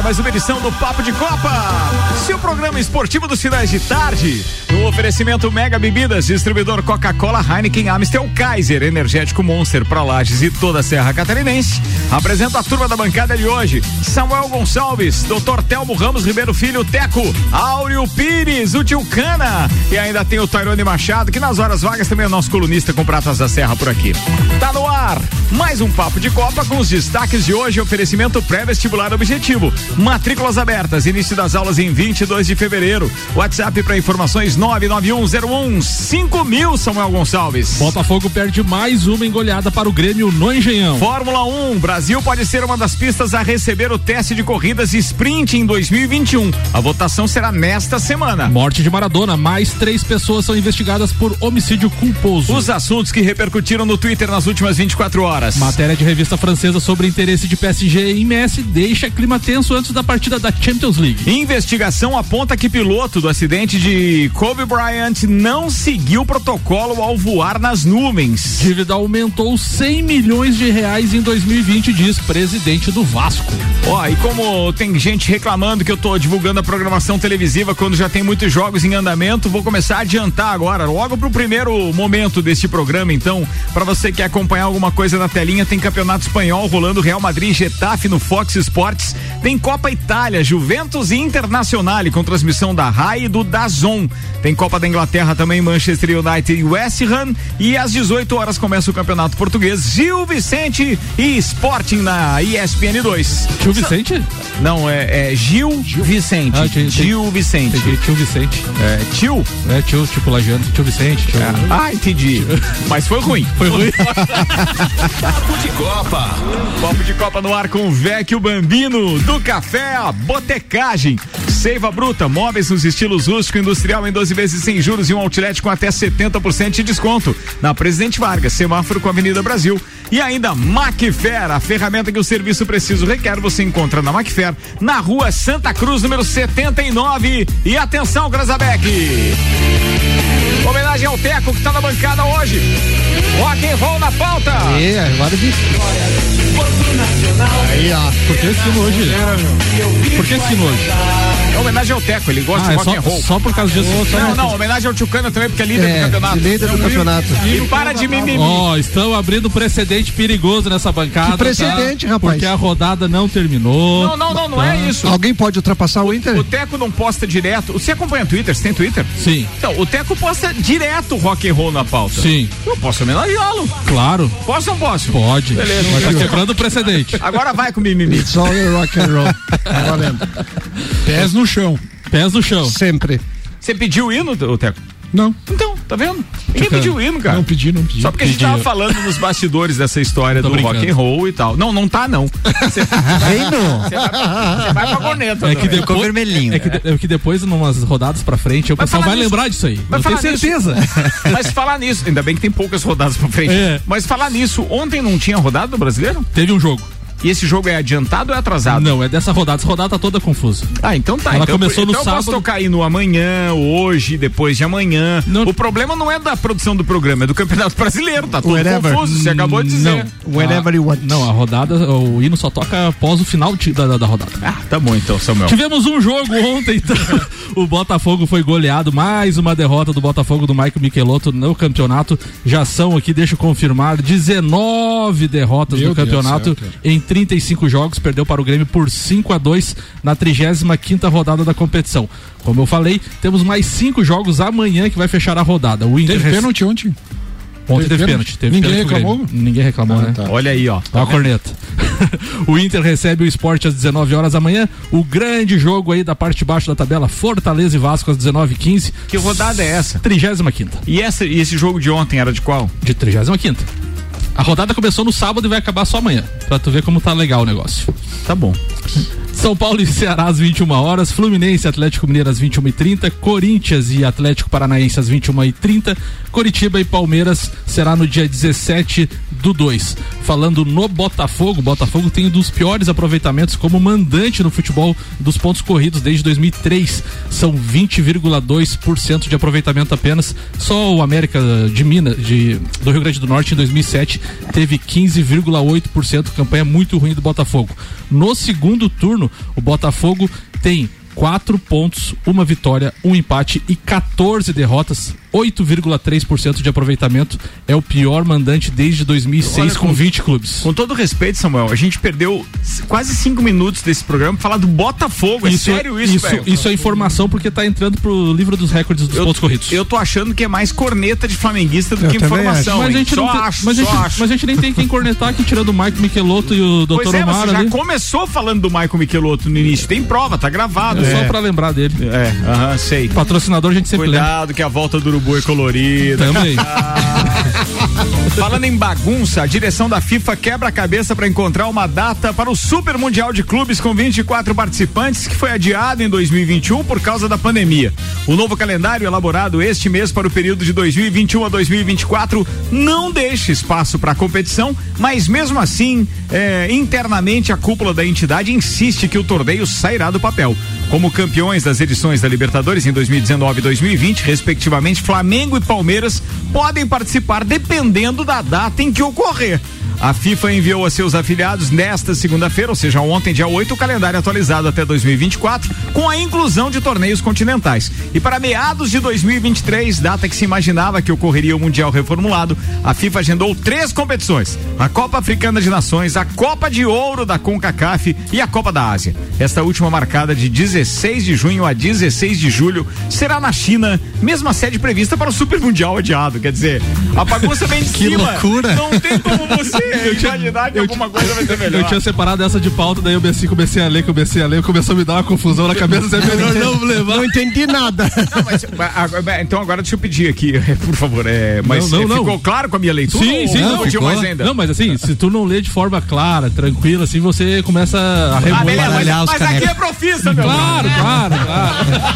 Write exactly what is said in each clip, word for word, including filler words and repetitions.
mais uma edição do Papo de Copa, seu programa esportivo dos finais de tarde. No oferecimento Mega Bebidas, distribuidor Coca-Cola, Heineken, Amstel, Kaiser, Energético Monster pra Lages e toda a Serra Catarinense. Apresento a turma da bancada de hoje: Samuel Gonçalves, doutor Telmo Ramos Ribeiro Filho, Teco, Áureo Pires, o Tio Cana, e ainda tem o Tairone Machado, que nas horas vagas também é nosso colunista com Pratas da Serra por aqui. Tá no ar mais um Papo de Copa com os destaques de hoje. Oferecimento pré-vestibular Objetivo, matrículas abertas, início das aulas em vinte e dois de fevereiro. WhatsApp para informações nove nove um zero um cinco mil. Samuel Gonçalves. Botafogo perde mais uma engolhada para o Grêmio no Engenhão. Fórmula um, Brasil pode ser uma das pistas a receber o teste de corridas sprint em dois mil e vinte e um. A votação será nesta semana. Morte de Maradona, mais três pessoas são investigadas por homicídio culposo. Os assuntos que repercutiram no Twitter nas últimas vinte e quatro horas. Matéria de revista francesa sobre interesse de P S G em Messi deixa clima tenso antes da partida da Champions League. Investigação aponta que piloto do acidente de Kobe Bryant não seguiu o protocolo ao voar nas nuvens. Dívida aumentou cem milhões de reais em dois mil e vinte, diz presidente do Vasco. Ó, oh, e como tem gente reclamando que eu tô divulgando a programação televisiva quando já tem muitos jogos em andamento, vou começar a adiantar agora, logo pro primeiro momento deste programa. Então, para você que quer acompanhar alguma coisa na telinha, tem Campeonato Espanhol rolando, Real Madrid e Getafe no Fox Sports, tem Copa Itália, Juventus e Internacional com transmissão da Rai e do DAZN. Tem Copa da Inglaterra também, Manchester United e West Ham, e às dezoito horas começa o Campeonato Português, Gil Vicente e Sporting na E S P N dois. Gil Vicente? Não, é, é Gil, Gil Vicente. Ah, tio, Gil Vicente. Entendi, tio Vicente. É, tio? É, tio, tipo lajeando, tio Vicente. Tio... É. Ah, entendi. Mas foi ruim. Foi ruim. Papo de Copa. Papo de Copa no ar com o Vecchio Bambino, do Café a Botecagem. Seiva Bruta, móveis nos estilos rústico e industrial em doze vezes sem juros e um outlet com até setenta por cento de desconto. Na Presidente Vargas, semáforo com a Avenida Brasil. E ainda Macfer, a ferramenta que o serviço preciso requer, você encontra na Macfer, na rua Santa Cruz, número setenta e nove. E atenção, Grazabeck! Homenagem ao Teco que tá na bancada hoje. Rock and roll na pauta. É, agora disse. Aí, ó. Por que esse sino hoje? Por que esse sino hoje? É homenagem ao Teco, ele gosta ah, de é rock só, and roll. Só por causa disso. Não, não, homenagem ao Tchucana também, porque é líder é, do campeonato. Líder do campeonato. E para de mimimi. Ó, oh, estão abrindo precedente perigoso nessa bancada. Que precedente, tá? rapaz? Porque a rodada não terminou. Não, não, não, não tá. é isso. Alguém pode ultrapassar o, o Inter? O Teco não posta direto. Você acompanha o Twitter? Você tem Twitter? Sim. Então, o Teco posta direto rock and roll na pauta. Sim. Eu posso homenageá-lo. Claro. Posso ou não posso? Pode. Beleza. Mas tá quebrando o precedente. Agora vai com o mimimi. Só o rock and roll. Valendo. Pés no chão. Pés no chão. Sempre. Você pediu o hino, o Teco? Não. Então, tá vendo? Ninguém pediu o hino, cara. Não pedi, não pedi. Só porque pedi. a gente tava falando nos bastidores dessa história Tô do brincando. rock and roll e tal. Não, não tá não. Você vai, vai pra corneta. É que também. depois, vermelhinho. É que, de, é que depois, numas rodadas pra frente, o Vai pessoal falar vai nisso. lembrar disso aí. Vai Eu tenho falar certeza. Mas falar nisso, ainda bem que tem poucas rodadas pra frente. É. Mas falar nisso, ontem não tinha rodada do Brasileiro? Teve um jogo. E esse jogo é adiantado ou é atrasado? Não, é dessa rodada. Essa rodada tá toda confusa. Ah, então tá. Ela então, começou no então sábado. eu posso tocar aí no amanhã, hoje, depois de amanhã. Não. O problema não é da produção do programa, é do Campeonato Brasileiro. Tá tudo Wherever. confuso, você acabou de dizer. Não. Whenever you want. Não, a rodada, o hino só toca após o final de- da, da, da rodada. Ah, tá bom então, Samuel. Tivemos um jogo ontem, então. O Botafogo foi goleado, mais uma derrota do Botafogo do Maicon Michelotto no campeonato. Já são aqui, deixa eu confirmar, dezenove derrotas Meu no Deus campeonato do céu, em trinta e cinco jogos. Perdeu para o Grêmio por cinco a dois na trigésima quinta rodada da competição. Como eu falei, temos mais cinco jogos amanhã que vai fechar a rodada. O Inter Teve rec... pênalti ontem? Ontem teve Teve pênalti. Teve Ninguém pênalti pro reclamou? Grêmio. Ninguém reclamou, Ah, né? tá. Olha aí, ó. Ó a corneta. O Inter recebe o Sport às dezenove horas da manhã. O grande jogo aí da parte de baixo da tabela, Fortaleza e Vasco às dezenove e quinze. Que rodada é essa? trigésima quinta. E, essa, e esse jogo de ontem era de qual? De trigésima quinta. A rodada começou no sábado e vai acabar só amanhã. Pra tu ver como tá legal o negócio. Tá bom. São Paulo e Ceará às vinte e uma horas, Fluminense e Atlético Mineiro às vinte e uma e trinta, Corinthians e Atlético Paranaense às vinte e uma e trinta, Coritiba e Palmeiras será no dia dezessete do dois. falando no Botafogo, o Botafogo tem um dos piores aproveitamentos como mandante no futebol dos pontos corridos desde dois mil e três, são vinte vírgula dois por cento de aproveitamento apenas. Só o América de Minas, de, do Rio Grande do Norte, em dois mil e sete teve quinze vírgula oito por cento, campanha muito ruim do Botafogo. No segundo turno, o Botafogo tem quatro pontos, uma vitória, um empate e quatorze derrotas, oito vírgula três por cento de aproveitamento. É o pior mandante desde dois mil e seis. Olha, com, com vinte clubes. Com todo respeito, Samuel, a gente perdeu quase cinco minutos desse programa pra falar do Botafogo. É isso, sério isso, isso, isso é informação porque tá entrando pro livro dos recordes dos eu, pontos corridos. Eu tô achando que é mais corneta de flamenguista do eu que informação. Mas a gente, só não tem, acho, mas, só a gente, acho. mas a gente nem tem quem cornetar aqui, tirando o Mike Michelotto e o doutor Pois é, Omar você já ali. começou falando do Michael Michelotto no início. Tem prova, tá gravado. É, é. só pra lembrar dele. É, aham, uh-huh, sei. Patrocinador a gente sempre Cuidado lembra. que a volta do Urubu é colorida. Também. Ah. Falando em bagunça, a direção da FIFA quebra a cabeça para encontrar uma data para o Super Mundial de Clubes com vinte e quatro participantes, que foi adiado em dois mil e vinte e um por causa da pandemia. O novo calendário, elaborado este mês para o período de dois mil e vinte e um a dois mil e vinte e quatro, não deixa espaço para a competição, mas mesmo assim, é, internamente a cúpula da entidade insiste que o torneio sairá do papel. Como campeões das edições da Libertadores em dois mil e dezenove e dois mil e vinte, respectivamente, Flamengo e Palmeiras podem participar dependendo da data em que ocorrer. A FIFA enviou a seus afiliados nesta segunda-feira, ou seja, ontem, dia oito, o calendário atualizado até dois mil e vinte e quatro, com a inclusão de torneios continentais. E para meados de dois mil e vinte e três, data que se imaginava que ocorreria o Mundial reformulado, a FIFA agendou três competições: a Copa Africana de Nações, a Copa de Ouro da CONCACAF e a Copa da Ásia. Esta última, marcada de dezesseis de junho a dezesseis de julho, será na China, mesma sede prevista para o Super Mundial adiado. Quer dizer, a bagunça vem de que cima. Loucura. Não tem como você eu imaginar que alguma coisa vai ser melhor. Eu tinha separado essa de pauta, daí eu comecei, comecei a ler, comecei a ler, começou a me dar uma confusão na cabeça, é melhor não levar. Não entendi nada. Não, mas, então agora deixa eu pedir aqui, por favor, é, mas não, não, ficou não. claro com a minha leitura? Sim, sim, não, não, ficou mais ainda. Não, mas assim, se tu não lê de forma clara, tranquila, assim, você começa a Ah, beleza, mas, os mas aqui é profissa, meu Claro, claro, claro.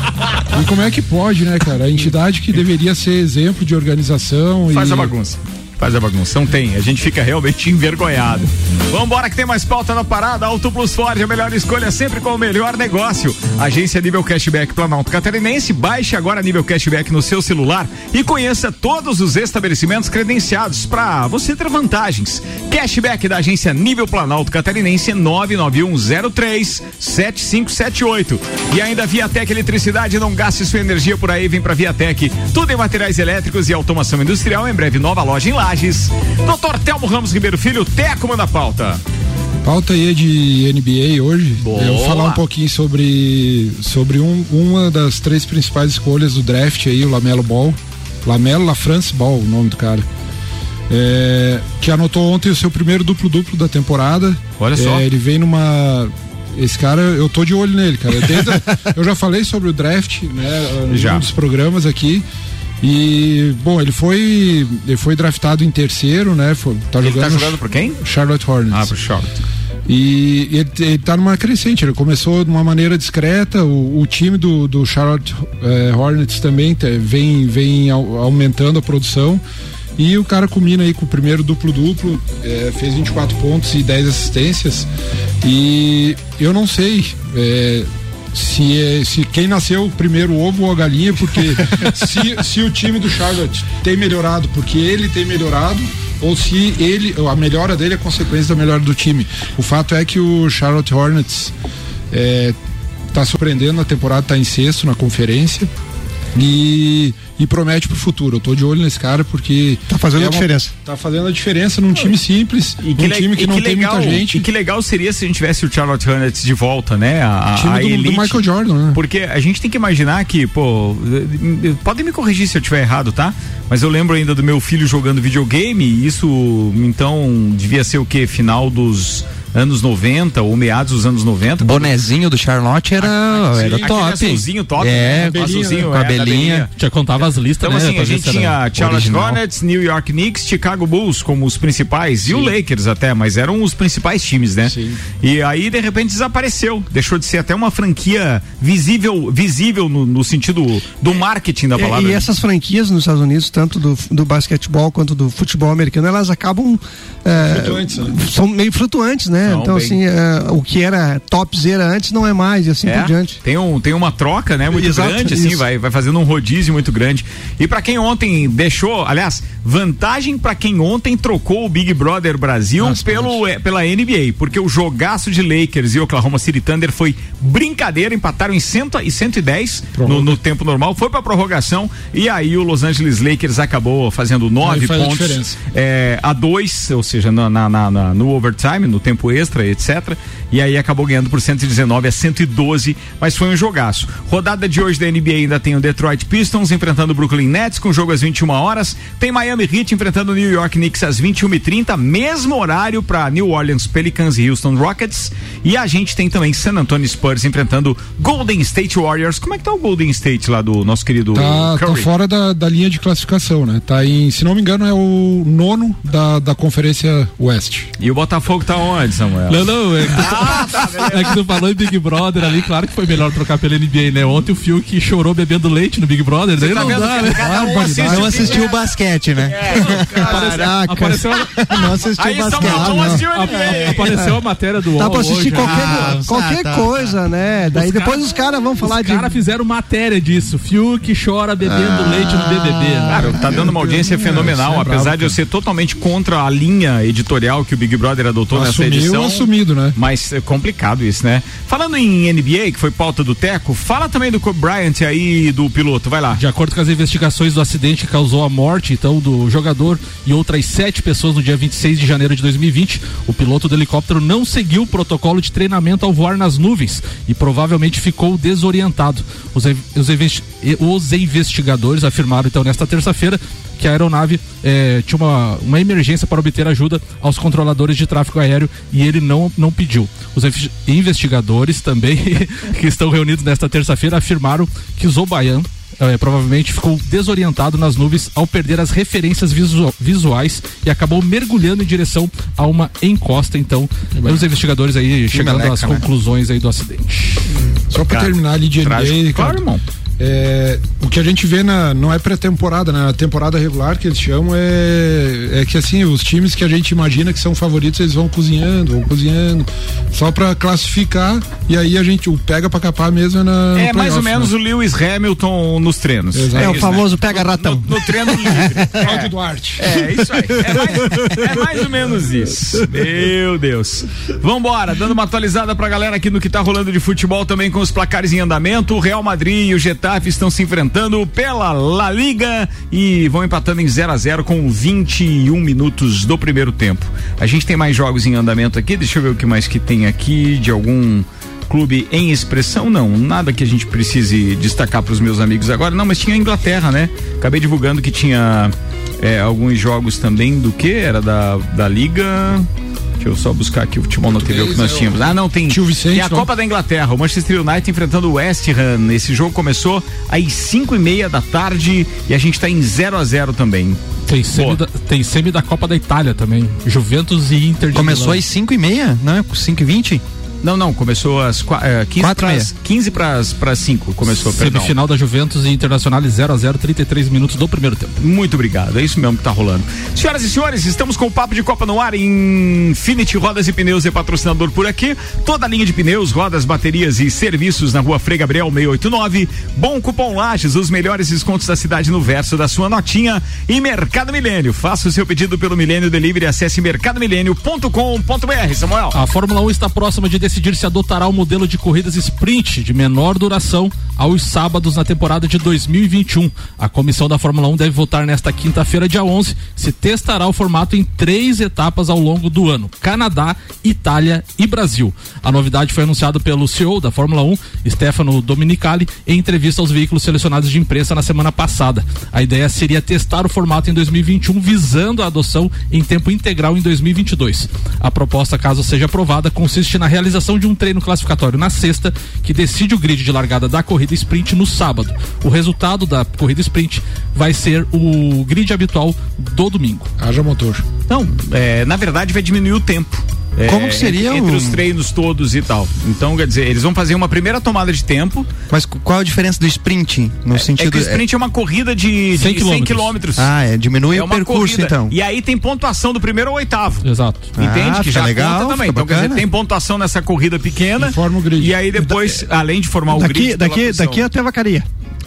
E como é que pode, né, cara? A entidade que deveria ser exemplo de organização. Faz e... a bagunça. Faz a bagunça, não tem, a gente fica realmente envergonhado. Vambora que tem mais pauta na parada. Auto Plus Ford, a melhor escolha sempre com o melhor negócio. Agência Nível Cashback Planalto Catarinense, baixe agora Nível Cashback no seu celular e conheça todos os estabelecimentos credenciados para você ter vantagens. Cashback da agência Nível Planalto Catarinense nove nove um zero três sete cinco sete oito. E ainda Viatec Eletricidade, não gaste sua energia por aí, vem pra Viatec. Tudo em materiais elétricos e automação industrial, em breve nova loja em Lages. doutor Telmo Ramos Ribeiro Filho, Teco manda pauta. Pauta aí de N B A hoje. Boa. Eu vou falar um pouquinho sobre, sobre um, uma das três principais escolhas do draft aí, o Lamelo Ball. Lamelo LaFrance Ball, o nome do cara. É, que anotou ontem o seu primeiro duplo-duplo da temporada. Olha só. É, ele vem numa... Esse cara, eu tô de olho nele, cara. Desde a, eu já falei sobre o draft, né? Já. Um dos programas aqui. E, bom, ele foi ele foi draftado em terceiro, né? Foi, tá Ele jogando tá jogando por quem? Charlotte Hornets. Ah, pro Charlotte. E ele, ele tá numa crescente, ele começou de uma maneira discreta, o, o time do, do Charlotte eh, Hornets também te, vem, vem au, aumentando a produção, e o cara combina aí com o primeiro duplo-duplo, eh, fez vinte e quatro pontos e dez assistências, e eu não sei eh, se, se quem nasceu primeiro, o ovo ou a galinha, porque se, se o time do Charlotte tem melhorado porque ele tem melhorado, ou se ele, a melhora dele é consequência da melhora do time. O fato é que o Charlotte Hornets é, tá surpreendendo, a temporada tá em sexto na conferência e, e promete pro futuro. Eu tô de olho nesse cara porque tá fazendo é a uma, diferença. Tá fazendo a diferença num time simples, E que um time que e não que tem legal, muita gente. E que legal seria se a gente tivesse o Charlotte Hornets de volta, né? A, time a do, elite. do Michael Jordan, né? Porque a gente tem que imaginar que, pô, podem me corrigir se eu estiver errado, tá? Mas eu lembro ainda do meu filho jogando videogame, e isso, então, devia ser o quê? Final dos anos noventa ou meados dos anos noventa. Bonezinho do Charlotte era, a, a, era aquele top. azulzinho top. É, né? azulzinho, com a é, belinha. Já contava as listas, então, né? assim, a gente tinha Charlotte original. Hornets, New York Knicks, Chicago Bulls como os principais, Sim. e o Lakers até, mas eram os principais times, né? Sim. E aí, de repente, desapareceu. Deixou de ser até uma franquia visível, visível no, no sentido do marketing da palavra. E, e essas franquias nos Estados Unidos, tanto do, do basquetebol quanto do futebol americano, elas acabam é, flutuantes, né? São meio flutuantes, né? Não, então, bem... assim, é, o que era topzera antes não é mais, e assim é, por diante. Tem, um, tem uma troca, né? Muito Exato, grande, assim, isso. vai, vai fazendo um rodízio muito grande. E pra quem ontem deixou, aliás, vantagem pra quem ontem trocou o Big Brother Brasil Nossa, pelo, é, pela N B A, porque o jogaço de Lakers e Oklahoma City Thunder foi brincadeira, empataram em cento e dez no, no tempo normal, foi pra prorrogação, e aí o Los Angeles Lakers acabou fazendo nove pontos é, a dois, ou seja, na, na, na, no overtime, no tempo extra, etcétera. E aí acabou ganhando por cento e dezenove a cento e doze, mas foi um jogaço. Rodada de hoje da N B A ainda tem o Detroit Pistons enfrentando o Brooklyn Nets com jogo às vinte e uma horas. Tem Miami Heat enfrentando o New York Knicks às vinte e uma e trinta, mesmo horário para New Orleans Pelicans e Houston Rockets. E a gente tem também San Antonio Spurs enfrentando Golden State Warriors. Como é que tá o Golden State lá do nosso querido tá, Curry? Tá fora da, da linha de classificação, né? Tá em, se não me engano, é o nono da, da Conferência Oeste. E o Botafogo tá onde, Samuel? Não, não, é que, Ah, tá, é que tu falou em Big Brother ali, claro que foi melhor trocar pela N B A, né? Ontem o Fiuk chorou bebendo leite no Big Brother, daí tá não dá, né? um assiste Não o assistiu o basquete, né? Caraca. Apareceu, Não assistiu Aí basquete. Samuel não não. assistiu a N B A. apareceu a matéria do Dá U O L pra assistir hoje, qualquer, ah, qualquer tá, coisa, né? Daí Os depois cara- os caras vão falar Os de. caras fizeram matéria disso. Fiuk chora bebendo leite no B B B. né? Cara, tá dando uma audiência fenomenal, isso é apesar bravo, de eu ser totalmente contra a linha editorial que o Big Brother adotou nessa Assumiu, edição. assumido, né? Mas é complicado isso, né? Falando em N B A, que foi pauta do Teco, fala também do Kobe Bryant aí, do piloto, vai lá. De acordo com as investigações do acidente que causou a morte, então, do jogador e outras sete pessoas no dia vinte e seis de janeiro de dois mil e vinte, o piloto do helicóptero não seguiu o protocolo de treinamento ao voar nas nuvens e provavelmente ficou desorientado. Os, os, investi- os investigadores afirmaram, então, nesta terça-feira, que a aeronave eh, tinha uma, uma emergência para obter ajuda aos controladores de tráfego aéreo e ele não, não pediu. Os investigadores também, que estão reunidos nesta terça-feira, afirmaram que Zobayan eh, provavelmente ficou desorientado nas nuvens ao perder as referências visu- visuais e acabou mergulhando em direção a uma encosta. Então, os investigadores aí chegando meleca, às né? conclusões aí do acidente. Só pra Cara, terminar ali de N B A, trágico. Ricardo, Claro, irmão. É, o que a gente vê na, não é pré-temporada, né? Na temporada regular que eles chamam é, é que assim, os times que a gente imagina que são favoritos, eles vão cozinhando, vão cozinhando, só pra classificar, e aí a gente o pega pra capar mesmo é na, É no mais ou playoff, menos né? o Lewis Hamilton nos treinos. Exato. É o isso, famoso né? pega-ratão. No, no treino livre. Cláudio Duarte. É, isso aí. É mais, é mais ou menos isso. Meu Deus. Vambora, dando uma atualizada pra galera aqui no que tá rolando de futebol também com os placares em andamento. O Real Madrid e o Getafe estão se enfrentando pela La Liga e vão empatando em zero a zero com vinte e um minutos do primeiro tempo. A gente tem mais jogos em andamento aqui, deixa eu ver o que mais que tem aqui de algum clube em expressão, não, nada que a gente precise destacar para os meus amigos agora, não, mas tinha a Inglaterra, né? Acabei divulgando que tinha é, alguns jogos também do que? Era da, da Liga... Deixa eu só buscar aqui o futebol na T V, o que nós tínhamos. Ah, não, tem, Tio Vicente, tem a não? Copa da Inglaterra, o Manchester United enfrentando o West Ham. Esse jogo começou às cinco e meia da tarde e a gente tá em zero a zero também. Tem semi, da, tem semi da Copa da Itália também. Juventus e Inter de Começou Milão. às cinco e meia, não é? cinco e vinte? Não, não, começou às qua- eh, quinze Quatro e para meia. quinze para cinco começou, perdão. Semifinal da Juventus e Internacional zero a zero, trinta e três minutos do primeiro tempo. Muito obrigado, é isso mesmo que tá rolando. Senhoras e senhores, estamos com o Papo de Copa no ar. Infinity Rodas e Pneus é patrocinador por aqui. Toda a linha de pneus, rodas, baterias e serviços na rua Frei Gabriel seiscentos e oitenta e nove. Bom Cupom Lages, os melhores descontos da cidade no verso da sua notinha. E Mercado Milênio, faça o seu pedido pelo Milênio Delivery, acesse mercado milênio ponto com ponto br. Samuel. A Fórmula um está próxima de decidir decidir se adotará o modelo de corridas sprint de menor duração aos sábados na temporada de dois mil e vinte e um. A comissão da Fórmula um deve votar nesta quinta-feira, dia onze, se testará o formato em três etapas ao longo do ano: Canadá, Itália e Brasil. A novidade foi anunciada pelo C E O da Fórmula um, Stefano Domenicali, em entrevista aos veículos selecionados de imprensa na semana passada. A ideia seria testar o formato em dois mil e vinte e um, visando a adoção em tempo integral em dois mil e vinte e dois. A proposta, caso seja aprovada, consiste na realização de um treino classificatório na sexta, que decide o grid de largada da corrida sprint no sábado. O resultado da corrida sprint vai ser o grid habitual do domingo. Haja motor. Não, é, na verdade vai diminuir o tempo. É, Como que seria entre, entre um... os treinos todos e tal. Então, quer dizer, eles vão fazer uma primeira tomada de tempo. Mas qual a diferença do sprint? No é, sentido... É que o sprint é, é uma corrida de, de cem quilômetros. Ah, é, diminui é o percurso, corrida. então. E aí tem pontuação do primeiro ao oitavo. Exato. Entende? Ah, que já legal, conta também. Então, quer dizer, tem pontuação nessa corrida pequena. E forma o grid. E aí depois, da, além de formar o daqui, grid... Daqui, daqui até a Vacaria.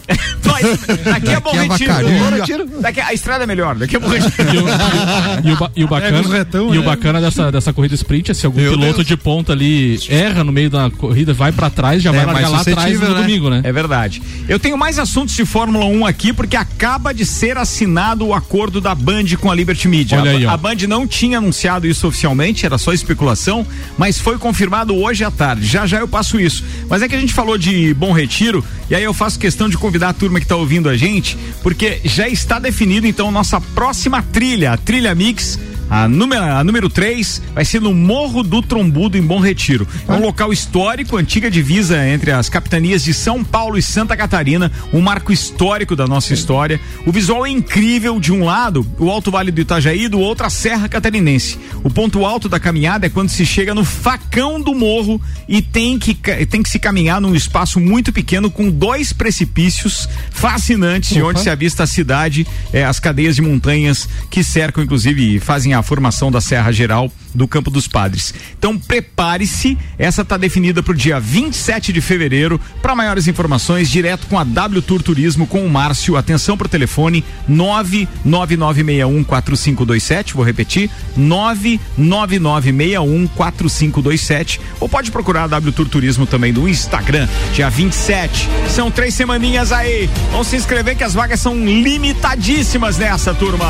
Daqui é Bom Retiro. Retiro. Daqui a estrada é melhor. Daqui é Bom Retiro. E o, e o, e o bacana, retão, e o né? bacana dessa, dessa corrida sprint é se algum Meu piloto Deus. de ponta ali erra no meio da corrida, vai pra trás, já É, vai largar mais lá atrás suscetível, no né? domingo, né? É verdade. Eu tenho mais assuntos de Fórmula um aqui, porque acaba de ser assinado o acordo da Band com a Liberty Media. Olha aí, ó. A, a Band não tinha anunciado isso oficialmente, era só especulação, mas foi confirmado hoje à tarde. Já já eu passo isso. Mas é que a gente falou de Bom Retiro, e aí eu faço questão de convidar a turma que tá ouvindo a gente, porque já está definido então nossa próxima trilha, a Trilha Mix. A número, a número três vai ser no Morro do Trombudo, em Bom Retiro. É um local histórico, antiga divisa entre as capitanias de São Paulo e Santa Catarina, um marco histórico da nossa história. O visual é incrível, de um lado o Alto Vale do Itajaí, do outro a Serra Catarinense. O ponto alto da caminhada é quando se chega no facão do morro e tem que, tem que se caminhar num espaço muito pequeno com dois precipícios fascinantes, de onde se avista a cidade, eh, as cadeias de montanhas que cercam, inclusive, e fazem a formação da Serra Geral do Campo dos Padres. Então prepare-se, essa está definida para o dia vinte e sete de fevereiro. Para maiores informações, direto com a W Tour Turismo, com o Márcio. Atenção para o telefone nove nove nove seis um quatro cinco dois sete, vou repetir, nove nove nove seis um quatro cinco dois sete, ou pode procurar a W Tour Turismo também no Instagram, dia vinte e sete. São três semaninhas aí. Vão se inscrever que as vagas são limitadíssimas nessa, turma.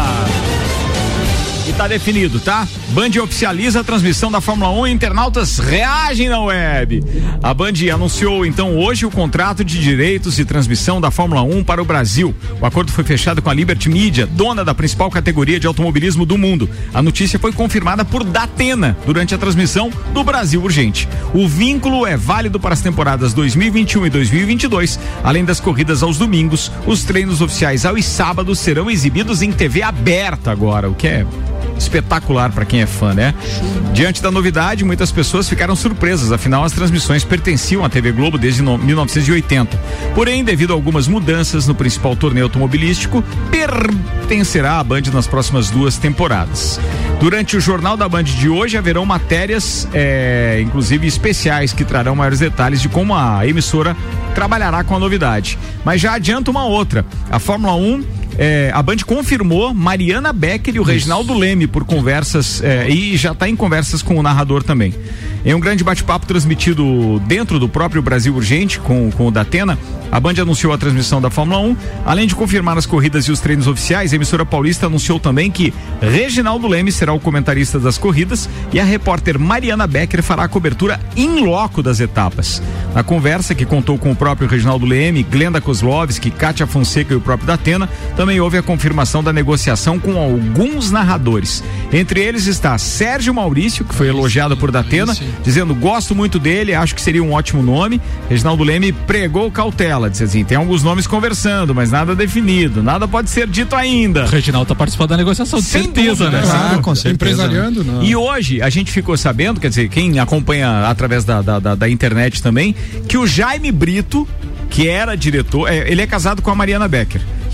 E tá definido, tá? Band oficializa a transmissão da Fórmula um e internautas reagem na web. A Band anunciou então hoje o contrato de direitos de transmissão da Fórmula um para o Brasil. O acordo foi fechado com a Liberty Media, dona da principal categoria de automobilismo do mundo. A notícia foi confirmada por Datena durante a transmissão do Brasil Urgente. O vínculo é válido para as temporadas dois mil e vinte e um e dois mil e vinte e dois, além das corridas aos domingos. Os treinos oficiais aos sábados serão exibidos em T V aberta agora, o que é espetacular para quem é fã, né? Diante da novidade, muitas pessoas ficaram surpresas, afinal as transmissões pertenciam à T V Globo desde no, mil novecentos e oitenta. Porém, devido a algumas mudanças no principal torneio automobilístico, pertencerá à Band nas próximas duas temporadas. Durante o Jornal da Band de hoje haverão matérias, é, inclusive especiais, que trarão maiores detalhes de como a emissora trabalhará com a novidade. Mas já adianta uma outra, a Fórmula um, É, a Band confirmou Mariana Becker e o Isso. Reginaldo Leme por conversas, é, e já está em conversas com o narrador também. Em um grande bate-papo transmitido dentro do próprio Brasil Urgente com, com o Datena, a Band anunciou a transmissão da Fórmula um. Além de confirmar as corridas e os treinos oficiais, a emissora paulista anunciou também que Reginaldo Leme será o comentarista das corridas e a repórter Mariana Becker fará a cobertura in loco das etapas. Na conversa, que contou com o próprio Reginaldo Leme, Glenda Kozlovski, Kátia Fonseca e o próprio Datena, também houve a confirmação da negociação com alguns narradores. Entre eles está Sérgio Maurício, que foi elogiado por Datena, dizendo: gosto muito dele, acho que seria um ótimo nome. Reginaldo Leme pregou cautela, disse assim: tem alguns nomes conversando, mas nada definido, nada pode ser dito ainda. O Reginaldo tá participando da negociação, de Sem certeza, dúvida, né? Ah, com certeza. Empresariando, não. E hoje a gente ficou sabendo, quer dizer, quem acompanha através da, da, da, da internet também, que o Jaime Brito, que era diretor, é, ele é casado com a Mariana Becker.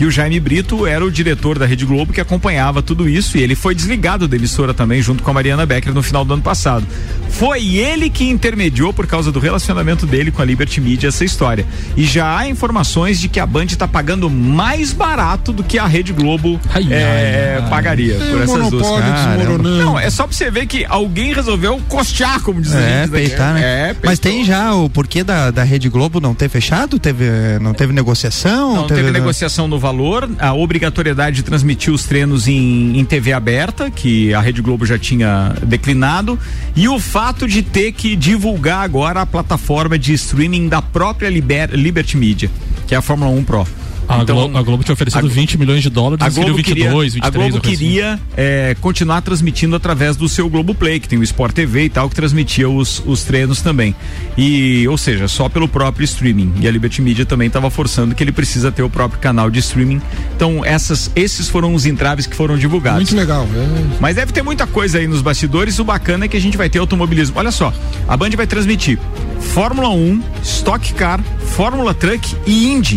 E o Jaime Brito era o diretor da Rede Globo que acompanhava tudo isso, e ele foi desligado da emissora também, junto com a Mariana Becker, no final do ano passado. Foi ele que intermediou, por causa do relacionamento dele com a Liberty Media, essa história. E já há informações de que a Band está pagando mais barato do que a Rede Globo ai, é, ai, ai. pagaria Tem por um essas duas. Não, é só pra você ver que alguém resolveu costear, como diz a é, gente. Peitar, né? É, mas tem já o porquê da, da Rede Globo não ter fechado? Teve, não teve negociação? Não teve, teve negociação no valor, a obrigatoriedade de transmitir os treinos em, em T V aberta, que a Rede Globo já tinha declinado, e o fato de ter que divulgar agora a plataforma de streaming da própria Liber, Liberty Media, que é a Fórmula um Pro. A, então, Globo, a Globo tinha oferecido a, vinte milhões de dólares, a Globo vinte e dois, queria, vinte e três. A Globo queria assim. é, continuar transmitindo através do seu Globoplay, que tem o Sport T V e tal, que transmitia os, os treinos também. E, ou seja, só pelo próprio streaming. E a Liberty Media também estava forçando que ele precisa ter o próprio canal de streaming. Então, essas, esses foram os entraves que foram divulgados. Muito legal. É. Mas deve ter muita coisa aí nos bastidores. O bacana é que a gente vai ter automobilismo. Olha só, a Band vai transmitir Fórmula um, Stock Car, Fórmula Truck e Indy.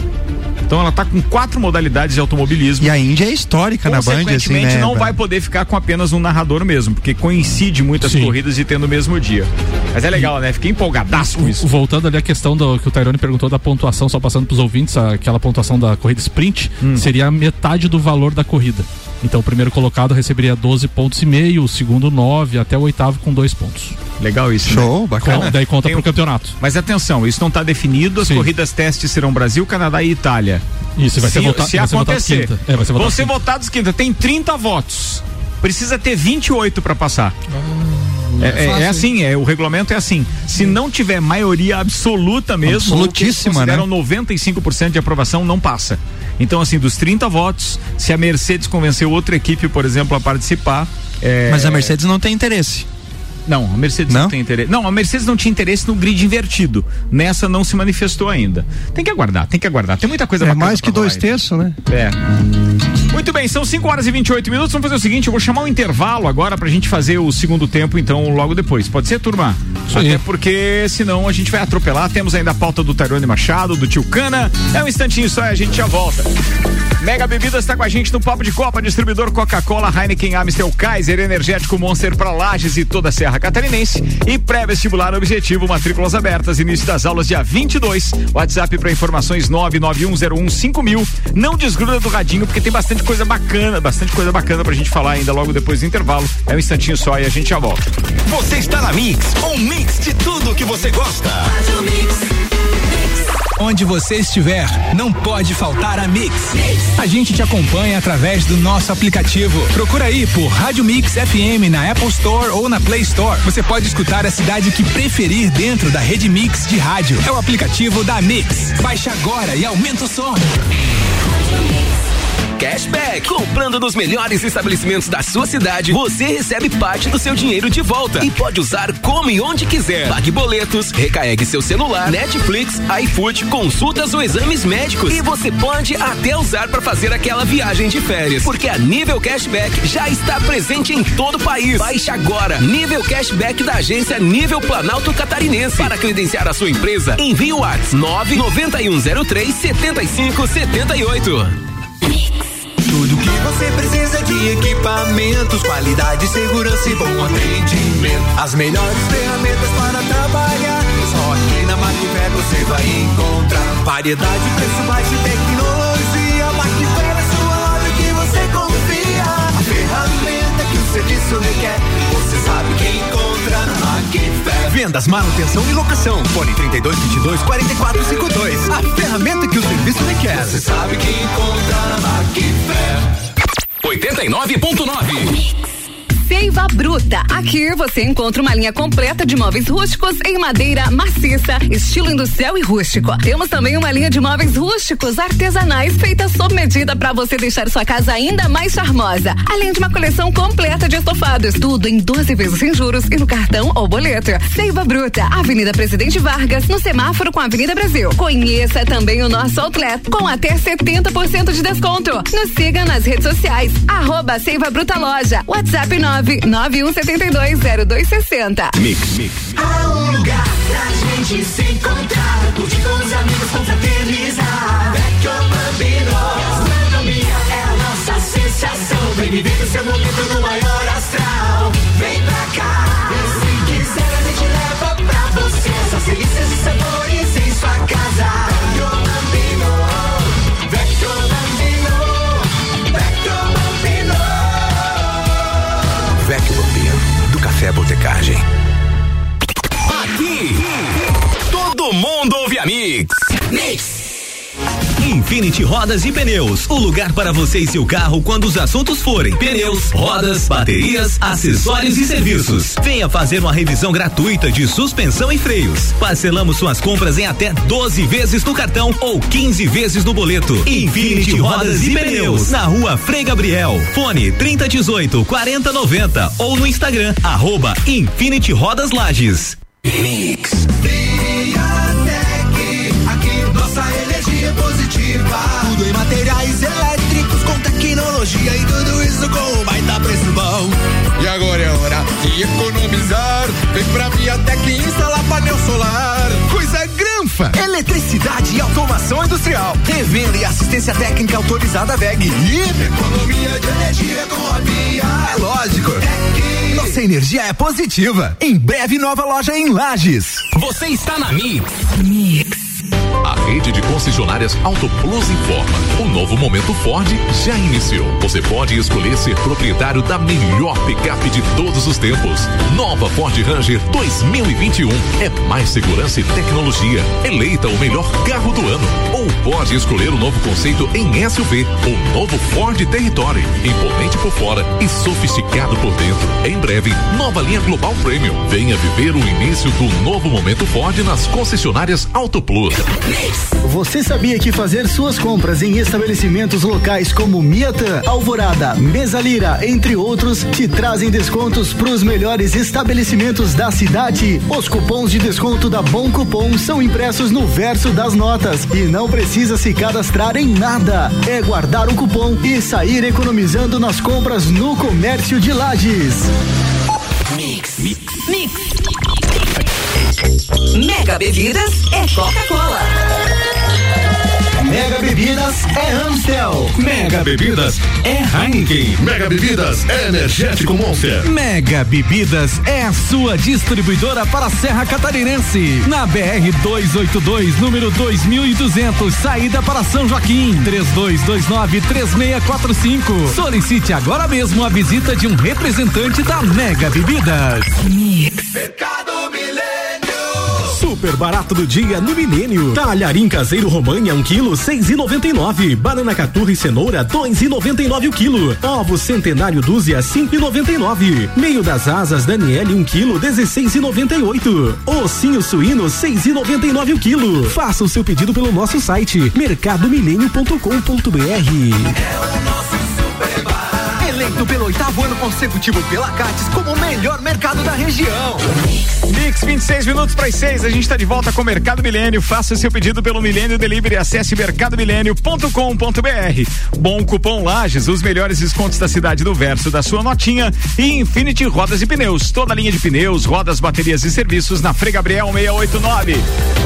Então ela tá com quatro modalidades de automobilismo. E a Índia é histórica na Band, assim, né? Consequentemente não vai poder ficar com apenas um narrador mesmo, porque coincide muitas Sim. corridas de ter no mesmo dia. Mas é legal, né? Fiquei empolgadaço com isso. Voltando ali a questão do que o Tairone perguntou da pontuação, só passando pros ouvintes, aquela pontuação da corrida sprint, hum. seria a metade do valor da corrida. Então o primeiro colocado receberia doze pontos e meio, o segundo nove, até o oitavo com dois pontos. Legal isso. Show, né? bacana. Daí conta Tem... pro campeonato. Mas atenção, isso não está definido, as Sim. corridas testes serão Brasil, Canadá e Itália. Isso, vai se, ser votado. Se vai acontecer, ser é, vai ser vão ser votados quinta. Tem trinta votos. Precisa ter vinte e oito para passar. Ah, é, é, é assim, é, o regulamento é assim. Se não tiver maioria absoluta mesmo, absolutíssima, consideram né? noventa e cinco por cento de aprovação, não passa. Então, assim, dos trinta votos, se a Mercedes convenceu outra equipe, por exemplo, a participar. É... Mas a Mercedes não tem interesse. Não, a Mercedes não? não tem interesse. Não, a Mercedes não tinha interesse no grid invertido. Nessa não se manifestou ainda. Tem que aguardar, tem que aguardar. Tem muita coisa é bacana. É mais que dois terços, né? É. Muito bem, são cinco horas e vinte e oito minutos. Vamos fazer o seguinte, eu vou chamar um intervalo agora pra gente fazer o segundo tempo, então, logo depois. Pode ser, turma? Isso Até aí. Porque senão a gente vai atropelar. Temos ainda a pauta do Tairone Machado, do Tio Cana. É um instantinho só e a gente já volta. Mega Bebidas está com a gente no Papo de Copa, distribuidor Coca-Cola, Heineken, Amstel, Kaiser, Energético Monster para Lages e toda a Serra Catarinense. E pré-vestibular Objetivo, matrículas abertas, início das aulas dia vinte e dois. WhatsApp para informações nove nove um zero um cinco mil. Não desgruda do radinho porque tem bastante coisa bacana, bastante coisa bacana pra gente falar ainda logo depois do intervalo. É um instantinho só e a gente já volta. Você está na Mix, um mix de tudo que você gosta. Onde você estiver, não pode faltar a Mix. A gente te acompanha através do nosso aplicativo. Procura aí por Rádio Mix F M na Apple Store ou na Play Store. Você pode escutar a cidade que preferir dentro da rede Mix de rádio. É o aplicativo da Mix. Baixe agora e aumenta o som. Cashback. Comprando nos melhores estabelecimentos da sua cidade, você recebe parte do seu dinheiro de volta e pode usar como e onde quiser. Pague boletos, recarregue seu celular, Netflix, iFood, consultas ou exames médicos. E você pode até usar para fazer aquela viagem de férias, porque a Nível Cashback já está presente em todo o país. Baixe agora Nível Cashback da agência Nível Planalto Catarinense. Para credenciar a sua empresa, envie o WhatsApp nove nove um zero três sete cinco sete oito. Tudo que você precisa de equipamentos, qualidade, segurança e bom atendimento. As melhores ferramentas para trabalhar, só aqui na Macfer você vai encontrar. Variedade, preço baixo e tecnologia. Macfer é sua loja que você confia. A ferramenta que o serviço requer, você sabe que encontra na Macfer. Vendas, manutenção e locação. Fone trinta e dois, vinte e dois, quarenta e quatro, cinquenta e dois. A ferramenta que o serviço requer. Você sabe que encontra na Macfer. oitenta e nove ponto nove. Seiva Bruta. Aqui você encontra uma linha completa de móveis rústicos em madeira maciça, estilo industrial e rústico. Temos também uma linha de móveis rústicos artesanais feita sob medida para você deixar sua casa ainda mais charmosa. Além de uma coleção completa de estofados, tudo em doze vezes sem juros e no cartão ou boleto. Seiva Bruta, Avenida Presidente Vargas, no semáforo com a Avenida Brasil. Conheça também o nosso outlet com até setenta por cento de desconto. Nos siga nas redes sociais, arroba Seiva Bruta Loja, WhatsApp nove nove um sete dois zero dois seis zero. Mix, mix. Há um lugar pra gente se encontrar, curtir com os amigos, confraternizar. Vecchio Bambino, sensação. Vem viver o seu momento no maior astral. Vem pra cá. E se quiser a gente leva pra você essas delícias e sabores em sua casa. Vecchio Bambino, Vecchio Bambino, Vecchio Bambino. Vecchio Bambino, do Café Botecagem. Aqui, todo mundo ouve a Mix. Mix. Infinity Rodas e Pneus, o lugar para você e seu carro quando os assuntos forem pneus, rodas, baterias, acessórios e serviços. Venha fazer uma revisão gratuita de suspensão e freios. Parcelamos suas compras em até doze vezes no cartão ou quinze vezes no boleto. Infinity Rodas e Pneus, na rua Frei Gabriel. Fone trinta dezoito, quarenta noventa ou no Instagram, arroba Infinity Rodas Lages. Mix. Nossa energia positiva. Tudo em materiais elétricos com tecnologia e tudo isso com um baita preço bom. E agora é hora de economizar. Vem pra Viatec e instalar painel solar. Coisa granfa. Eletricidade e automação industrial. Revenda e assistência técnica autorizada V E G. E economia de energia com a Via. É lógico. Tec. Nossa energia é positiva. Em breve nova loja em Lages. Você está na Mix. Mix. A rede de concessionárias Auto Plus informa. O novo momento Ford já iniciou. Você pode escolher ser proprietário da melhor picape de todos os tempos. Nova Ford Ranger dois mil e vinte e um. É mais segurança e tecnologia. Eleita o melhor carro do ano. Ou pode escolher o novo conceito em S U V. O novo Ford Territory. Imponente por fora e sofisticado por dentro. Em breve, nova linha Global Premium. Venha viver o início do novo momento Ford nas concessionárias Auto Plus. Você sabia que fazer suas compras em estabelecimentos locais como Miatã, Alvorada, Mesa Lira, entre outros, te trazem descontos para os melhores estabelecimentos da cidade? Os cupons de desconto da Bom Cupom são impressos no verso das notas e não precisa se cadastrar em nada. É guardar um cupom e sair economizando nas compras no comércio de Lages. Mix. Mix. Mix. Mega Bebidas é Coca-Cola. Mega Bebidas é Amstel. Mega Bebidas é Heineken. Mega Bebidas é Energético Monster. Mega Bebidas é a sua distribuidora para a Serra Catarinense. Na B R duzentos e oitenta e dois, número dois mil e duzentos, saída para São Joaquim. três dois dois nove, três seis quatro cinco. Solicite agora mesmo a visita de um representante da Mega Bebidas. Mix. Mercado Milênio. Super barato do dia no Milênio. Talharim caseiro Romanha um quilo seis e noventa e nove. Banana caturra e cenoura dois e noventa e nove o quilo. Ovo centenário dúzia cinco e noventa e nove. Meio das asas Daniele um quilo dezesseis e noventa e oito. Ossinho suíno seis e noventa e nove o quilo. Faça o seu pedido pelo nosso site mercado milênio ponto com ponto br. É o nosso super barato. Eleito pelo oitavo ano consecutivo pela Cates como o melhor mercado da região. Mix, vinte e seis minutos para as seis. A gente está de volta com o Mercado Milênio. Faça seu pedido pelo Milênio Delivery. Acesse mercado milênio ponto com ponto br. Bom Cupom Lages, os melhores descontos da cidade do verso da sua notinha. E Infinity Rodas e Pneus. Toda a linha de pneus, rodas, baterias e serviços na Frei Gabriel seiscentos e oitenta e nove.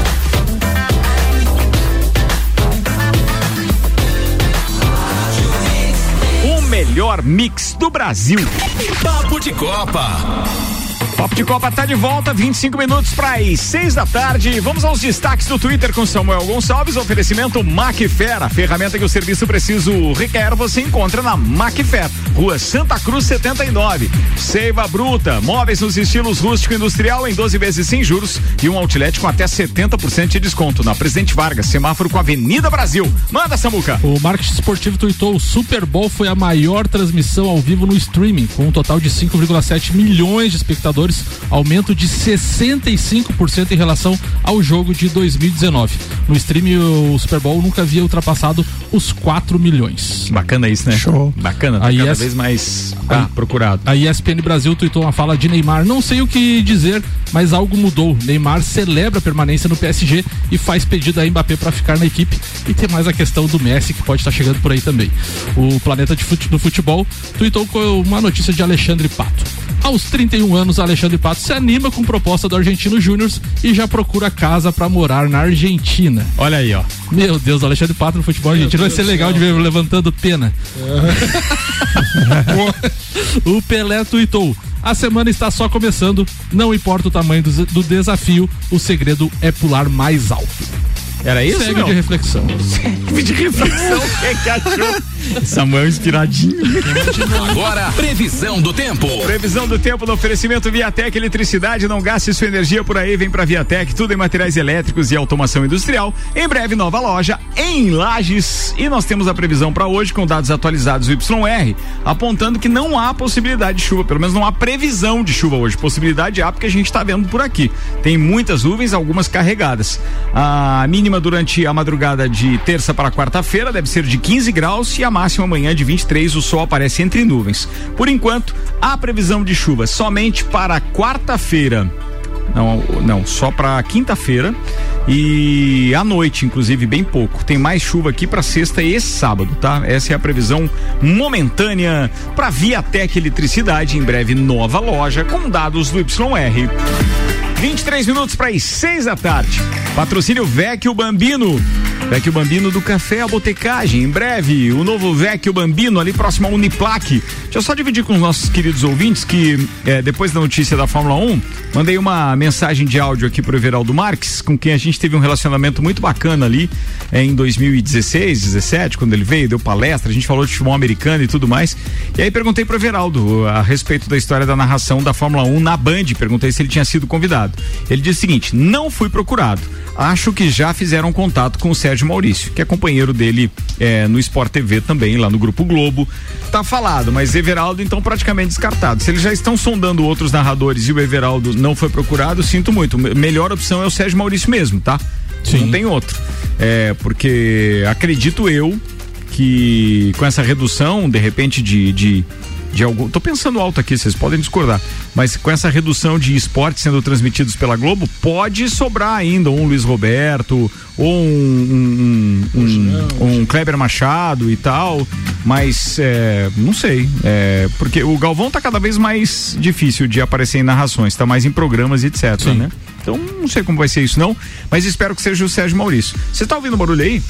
Melhor mix do Brasil. Papo de Copa. Papo de Copa tá de volta, vinte e cinco minutos para as seis da tarde. Vamos aos destaques do Twitter com Samuel Gonçalves. Oferecimento Macfer, a ferramenta que o serviço preciso requer, você encontra na Macfer, Rua Santa Cruz setenta e nove. Seiva Bruta, móveis nos estilos rústico e industrial em doze vezes sem juros e um outlet com até setenta por cento de desconto na Presidente Vargas, semáforo com a Avenida Brasil. Manda, Samuca. O marketing esportivo tuitou: o Super Bowl foi a maior transmissão ao vivo no streaming, com um total de cinco vírgula sete milhões de espectadores, aumento de sessenta e cinco por cento em relação ao jogo de dois mil e dezenove. No streaming, o Super Bowl nunca havia ultrapassado os quatro milhões. Bacana isso, né? Show. Bacana, tá a cada ES... vez mais ah, procurado. A E S P N Brasil tuitou uma fala de Neymar: não sei o que dizer, mas algo mudou. Neymar celebra a permanência no P S G e faz pedido a Mbappé para ficar na equipe. E tem mais a questão do Messi, que pode estar chegando por aí também. O Planeta de fute... do Futebol tuitou com uma notícia de Alexandre Pato. Aos trinta e um anos, Alexandre Pato se anima com proposta do Argentino Júnior e já procura casa pra morar na Argentina. Olha aí, ó. Meu Deus, o Alexandre Pato no futebol argentino vai ser legal de ver levantando pena. O Pelé tuitou: a semana está só começando, não importa o tamanho do, do desafio, o segredo é pular mais alto. Era isso? Segue não? de reflexão. Segue de reflexão. Quem que achou? Samuel inspiradinho. Agora, previsão do tempo. Previsão do tempo no oferecimento Viatec Eletricidade. Não gaste sua energia por aí, vem pra Viatec. Tudo em materiais elétricos e automação industrial. Em breve, nova loja em Lages. E nós temos a previsão para hoje com dados atualizados do Y R, apontando que não há possibilidade de chuva. Pelo menos não há previsão de chuva hoje. Possibilidade há porque a gente tá vendo por aqui. Tem muitas nuvens, algumas carregadas. A mínima durante a madrugada de terça para quarta-feira deve ser de quinze graus e a máxima amanhã de vinte e três. O sol aparece entre nuvens. Por enquanto, há previsão de chuva somente para quarta-feira. Não, não, só para quinta-feira e à noite, inclusive, bem pouco. Tem mais chuva aqui para sexta e sábado, tá? Essa é a previsão momentânea para Viatec Eletricidade. Em breve, nova loja com dados do Y R. vinte e três minutos para as seis da tarde. Patrocínio Vecchio Bambino. Vecchio Bambino do Café à Botecagem. Em breve, o novo Vecchio Bambino ali próximo à Uniplac. Deixa eu só dividir com os nossos queridos ouvintes que eh, depois da notícia da Fórmula um, mandei uma mensagem de áudio aqui pro Everaldo Marques, com quem a gente teve um relacionamento muito bacana ali eh, em dois mil e dezesseis, dezessete, quando ele veio, deu palestra, a gente falou de futebol americano e tudo mais. E aí perguntei pro Everaldo a respeito da história da narração da Fórmula um na Band, perguntei se ele tinha sido convidado. Ele disse o seguinte: não fui procurado. Acho que já fizeram contato com o Sérgio Maurício, que é companheiro dele é, no Sport T V também, lá no Grupo Globo. Tá falado, mas Everaldo então praticamente descartado. Se eles já estão sondando outros narradores e o Everaldo não foi procurado, sinto muito. Melhor opção é o Sérgio Maurício mesmo, tá? Sim. Não tem outro. É, porque acredito eu que com essa redução, de repente, de... de de algum, tô pensando alto aqui, vocês podem discordar, mas com essa redução de esportes sendo transmitidos pela Globo, pode sobrar ainda um Luiz Roberto ou um, um, um, um, um Kleber Machado e tal, mas é, não sei, é, porque o Galvão tá cada vez mais difícil de aparecer em narrações, tá mais em programas e etc, Sim. né? Então não sei como vai ser isso não, mas espero que seja o Sérgio Maurício. Você tá ouvindo o barulho aí?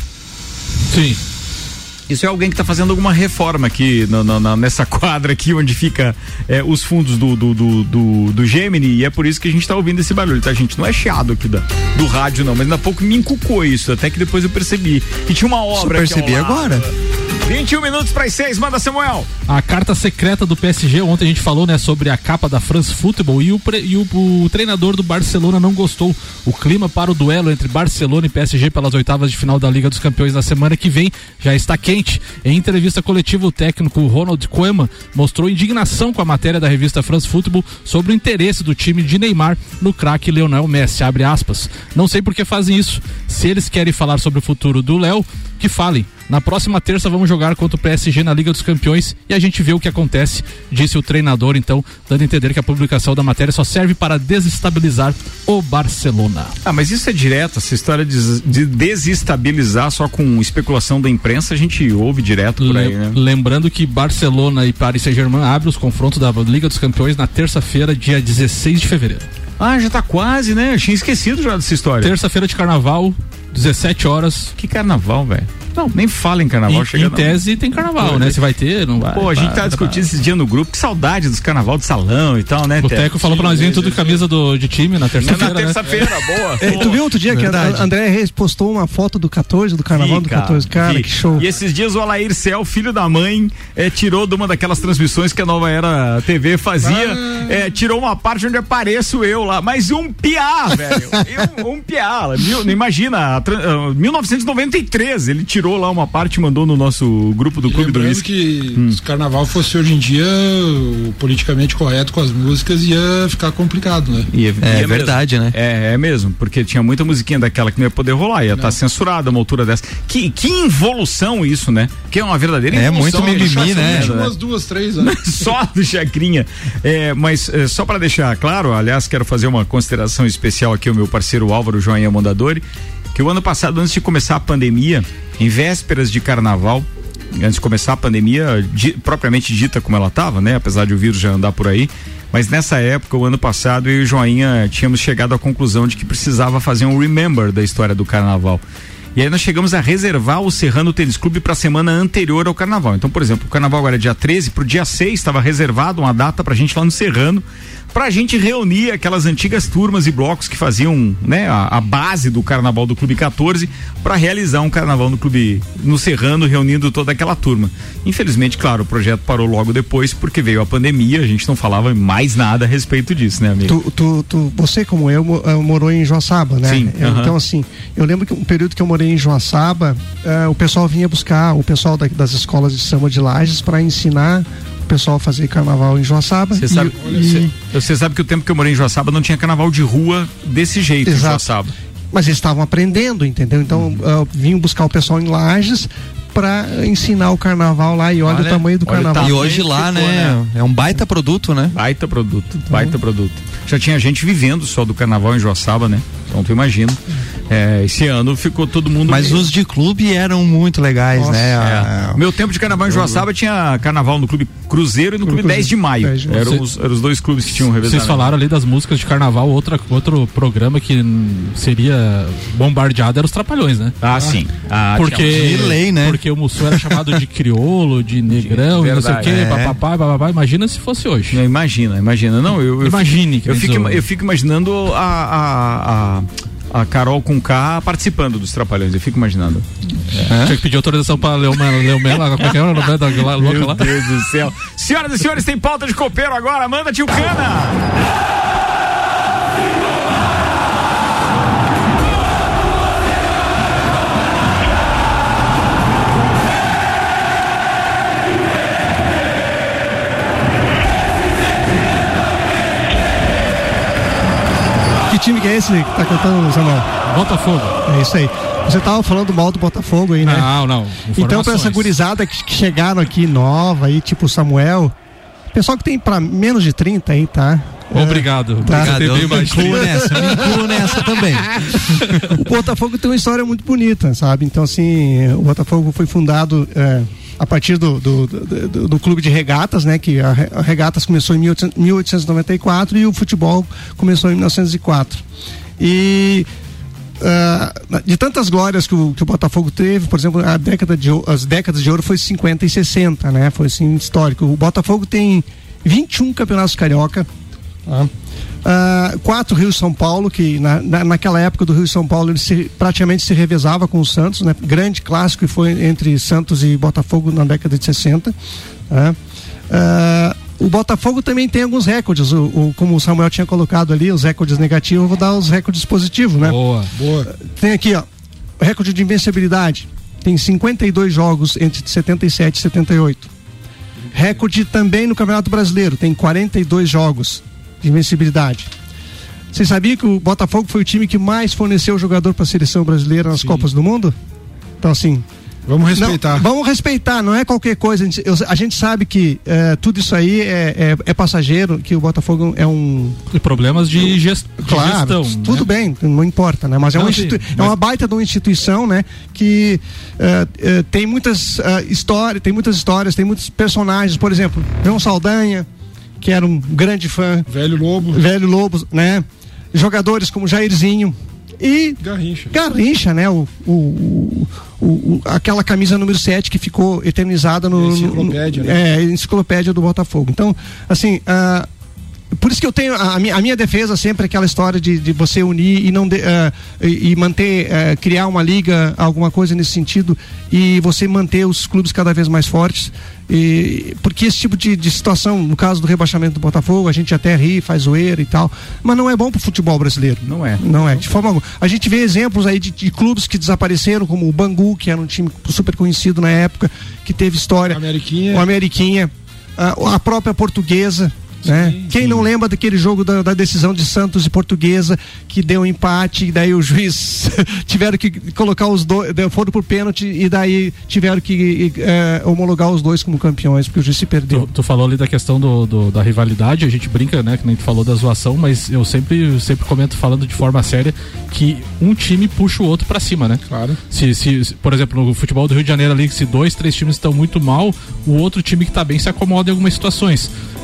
Sim. Isso é alguém que está fazendo alguma reforma aqui no, no, no, nessa quadra aqui onde fica é, os fundos do, do, do, do, do Gemini, e é por isso que a gente está ouvindo esse barulho, tá, gente? Não é chiado aqui da, do rádio não, mas ainda há pouco me encucou isso, até que depois eu percebi que tinha uma obra. Eu percebi aqui ao lado. agora. vinte e um minutos para as seis, manda Samuel. A carta secreta do P S G, ontem a gente falou, né, sobre a capa da France Football e, o, pre, e o, o treinador do Barcelona não gostou. O clima para o duelo entre Barcelona e P S G pelas oitavas de final da Liga dos Campeões na semana que vem já está quente. Em entrevista coletiva, o técnico Ronald Koeman mostrou indignação com a matéria da revista France Football sobre o interesse do time de Neymar no craque Lionel Messi, abre aspas. Não sei por que fazem isso. Se eles querem falar sobre o futuro do Léo, que falem. Na próxima terça vamos jogar contra o P S G na Liga dos Campeões e a gente vê o que acontece, disse o treinador, então, dando a entender que a publicação da matéria só serve para desestabilizar o Barcelona. Ah, mas isso é direto, essa história de, de desestabilizar só com especulação da imprensa, a gente ouve direto por aí, né? Lembrando que Barcelona e Paris Saint-Germain abrem os confrontos da Liga dos Campeões na terça-feira, dia dezesseis de fevereiro. Ah, já tá quase, né? Eu tinha esquecido já dessa história. Terça-feira de carnaval, dezessete horas. Que carnaval, velho? Não, nem fala em carnaval. Em, chega em não. tese tem carnaval, Pô, né? Se vai ter, não vai. Pô, a gente tá discutindo esses dias no grupo, que saudade dos carnaval de salão e tal, né? O Teco falou pra nós virem tudo de camisa do, de time na terça-feira. Na terça-feira, né? Boa. É, tu viu outro dia Verdade. que a André Reis postou uma foto do quatorze, do carnaval vi, do quatorze? Cara, vi. que show. E esses dias o Alair Cel, filho da mãe, é, tirou de uma daquelas transmissões que a Nova Era T V fazia, ah. é, tirou uma parte onde apareço eu lá, mas um piá, velho. um, um piá. Mil, imagina, uh, mil novecentos e noventa e três, ele tirou lá uma parte e mandou no nosso grupo do e Clube do Whisky. que hum. se o carnaval fosse hoje em dia o politicamente correto com as músicas, ia ficar complicado, né? Ia, é, é verdade, mesmo. né? É, é mesmo, porque tinha muita musiquinha daquela que não ia poder rolar, ia estar tá censurada uma altura dessa. Que, que involução isso, né? Que é uma verdadeira é, involução. É muito mimimi, né? né? Umas duas, três anos. Só do Chacrinha. É, mas é, só para deixar claro, aliás, quero fazer uma consideração especial aqui ao meu parceiro Álvaro Joinha Mondadori, que o ano passado, antes de começar a pandemia, em vésperas de carnaval, antes de começar a pandemia, di, propriamente dita como ela estava, né? Apesar de o vírus já andar por aí, mas nessa época, o ano passado, eu e o Joinha tínhamos chegado à conclusão de que precisava fazer um remember da história do carnaval. E aí nós chegamos a reservar o Serrano Tênis Clube para a semana anterior ao carnaval. Então, por exemplo, o carnaval agora é dia treze, pro dia seis estava reservado uma data pra gente lá no Serrano, pra gente reunir aquelas antigas turmas e blocos que faziam, né, a, a base do carnaval do Clube quatorze, para realizar um carnaval no Clube, no Serrano, reunindo toda aquela turma. Infelizmente, claro, o projeto parou logo depois porque veio a pandemia, a gente não falava mais nada a respeito disso, né, amigo? Tu, tu, tu, você, como eu, eu, morou em Joaçaba, né? Sim. Eu, uh-huh. Então, assim, eu lembro que um período que eu morei em Joaçaba, uh, o pessoal vinha buscar, o pessoal da, das escolas de samba de Lages, para ensinar o pessoal a fazer carnaval em Joaçaba. Você sabe, e... Você sabe que o tempo que eu morei em Joaçaba não tinha carnaval de rua desse jeito. Exato. Em Joaçaba. Mas eles estavam aprendendo, entendeu? Então, uhum. uh, vinham buscar o pessoal em Lages para ensinar o carnaval lá, e olha, olha o tamanho do carnaval. E hoje lá, né, né, é um baita produto, né? Baita produto, baita uhum. produto. Já tinha gente vivendo só do carnaval em Joaçaba, né? Então tu imagina. É, esse ano ficou todo mundo. Mas meio... os de clube eram muito legais, Nossa, né? É. Meu tempo de carnaval em Joaçaba tinha carnaval no Clube Cruzeiro e no Clube, Clube dez de maio. dez de maio. Eram, os, eram os dois clubes que tinham revezamento. Vocês falaram ali das músicas de carnaval, outra, outro programa que seria bombardeado era os Trapalhões, né? Ah, ah. sim. Ah, porque, um lei, né? Porque o Mussum era chamado de crioulo, de negrão, e não sei o quê, é. papapá, papapá. Imagina se fosse hoje. Não, imagina, imagina. Não, eu, eu Imagine. Fico, eu, fico, eu fico imaginando a, a, a a Carol com K participando dos Trapalhões, eu fico imaginando. É. Tinha que pedir autorização pra Leomela, como é que é o nome da louca lá? Meu Deus do céu. Senhoras e senhores, tem pauta de copeiro agora, manda tio Cana! Que time que é esse que tá cantando, Samuel? Botafogo. É isso aí. Você tava falando mal do Botafogo aí, né? Não, não. Então, pra essa gurizada que, que chegaram aqui nova aí, tipo o Samuel, pessoal que tem pra menos de trinta aí, tá? Obrigado. Tá. Obrigado. Eu me incluo nessa, me incluo nessa também. O Botafogo tem uma história muito bonita, sabe? Então, assim, o Botafogo foi fundado é, a partir do, do, do, do clube de regatas, né? Que a, a regatas começou em mil oitocentos e noventa e quatro e o futebol começou em mil novecentos e quatro. E uh, de tantas glórias que o, que o Botafogo teve, por exemplo, a década de, as décadas de ouro foi cinquenta e sessenta, né? Foi assim, histórico. O Botafogo tem vinte e um campeonatos carioca. Ah. Uh, quatro Rio São Paulo, que na, na, naquela época do Rio São Paulo ele se, praticamente se revezava com o Santos, né? Grande clássico foi entre Santos e Botafogo na década de sessenta. Uh, uh, o Botafogo também tem alguns recordes, o, o, como o Samuel tinha colocado ali, os recordes negativos, eu vou dar os recordes positivos, né? Boa, boa. Uh, tem aqui, ó, o recorde de invencibilidade, tem cinquenta e dois jogos entre setenta e sete e setenta e oito. Recorde também no Campeonato Brasileiro, tem quarenta e dois jogos de invencibilidade. Você sabia que o Botafogo foi o time que mais forneceu jogador para a seleção brasileira nas Sim. Copas do Mundo? Então, assim, vamos respeitar. Não, vamos respeitar, não é qualquer coisa. A gente, eu, a gente sabe que é, tudo isso aí é, é, é passageiro, que o Botafogo é um. E problemas de, gest, claro, de gestão. Tudo né? bem, não importa, né? Mas é, não, uma, institu- mas... é uma baita de uma instituição, né? Que é, é, tem muitas é, histórias, tem muitas histórias, tem muitos personagens, por exemplo, João Saldanha, que era um grande fã. Velho Lobo. Velho Lobo, né? Jogadores como Jairzinho e Garrincha. Garrincha, né? O, o, o, o, aquela camisa número sete que ficou eternizada no. Enciclopédia, no, né? É, enciclopédia do Botafogo. Então, assim, uh, por isso que eu tenho a, a, minha, a minha defesa sempre é aquela história de, de você unir e não de, uh, e, e manter, uh, criar uma liga, alguma coisa nesse sentido, e você manter os clubes cada vez mais fortes. E, porque esse tipo de, de situação, no caso do rebaixamento do Botafogo, a gente até ri, faz zoeira e tal, mas não é bom pro futebol brasileiro. Não é. Não é, de forma alguma. A gente vê exemplos aí de, de clubes que desapareceram, como o Bangu, que era um time super conhecido na época, que teve história. O Ameriquinha. O Ameriquinha. A, a própria Portuguesa. Sim, né? Quem sim. não lembra daquele jogo da, da decisão de Santos e Portuguesa, que deu um empate, e daí o juiz tiveram que colocar os dois, foram por pênalti, e daí tiveram que é, homologar os dois como campeões, porque o juiz se perdeu. Tu, tu falou ali da questão do, do, da rivalidade, a gente brinca, né, que nem tu falou da zoação, mas eu sempre, sempre comento, falando de forma séria, que um time puxa o outro pra cima, né? Claro. Se, se, se, por exemplo, no futebol do Rio de Janeiro ali, se dois, três times estão muito mal, o outro time que tá bem se acomoda em algumas situações.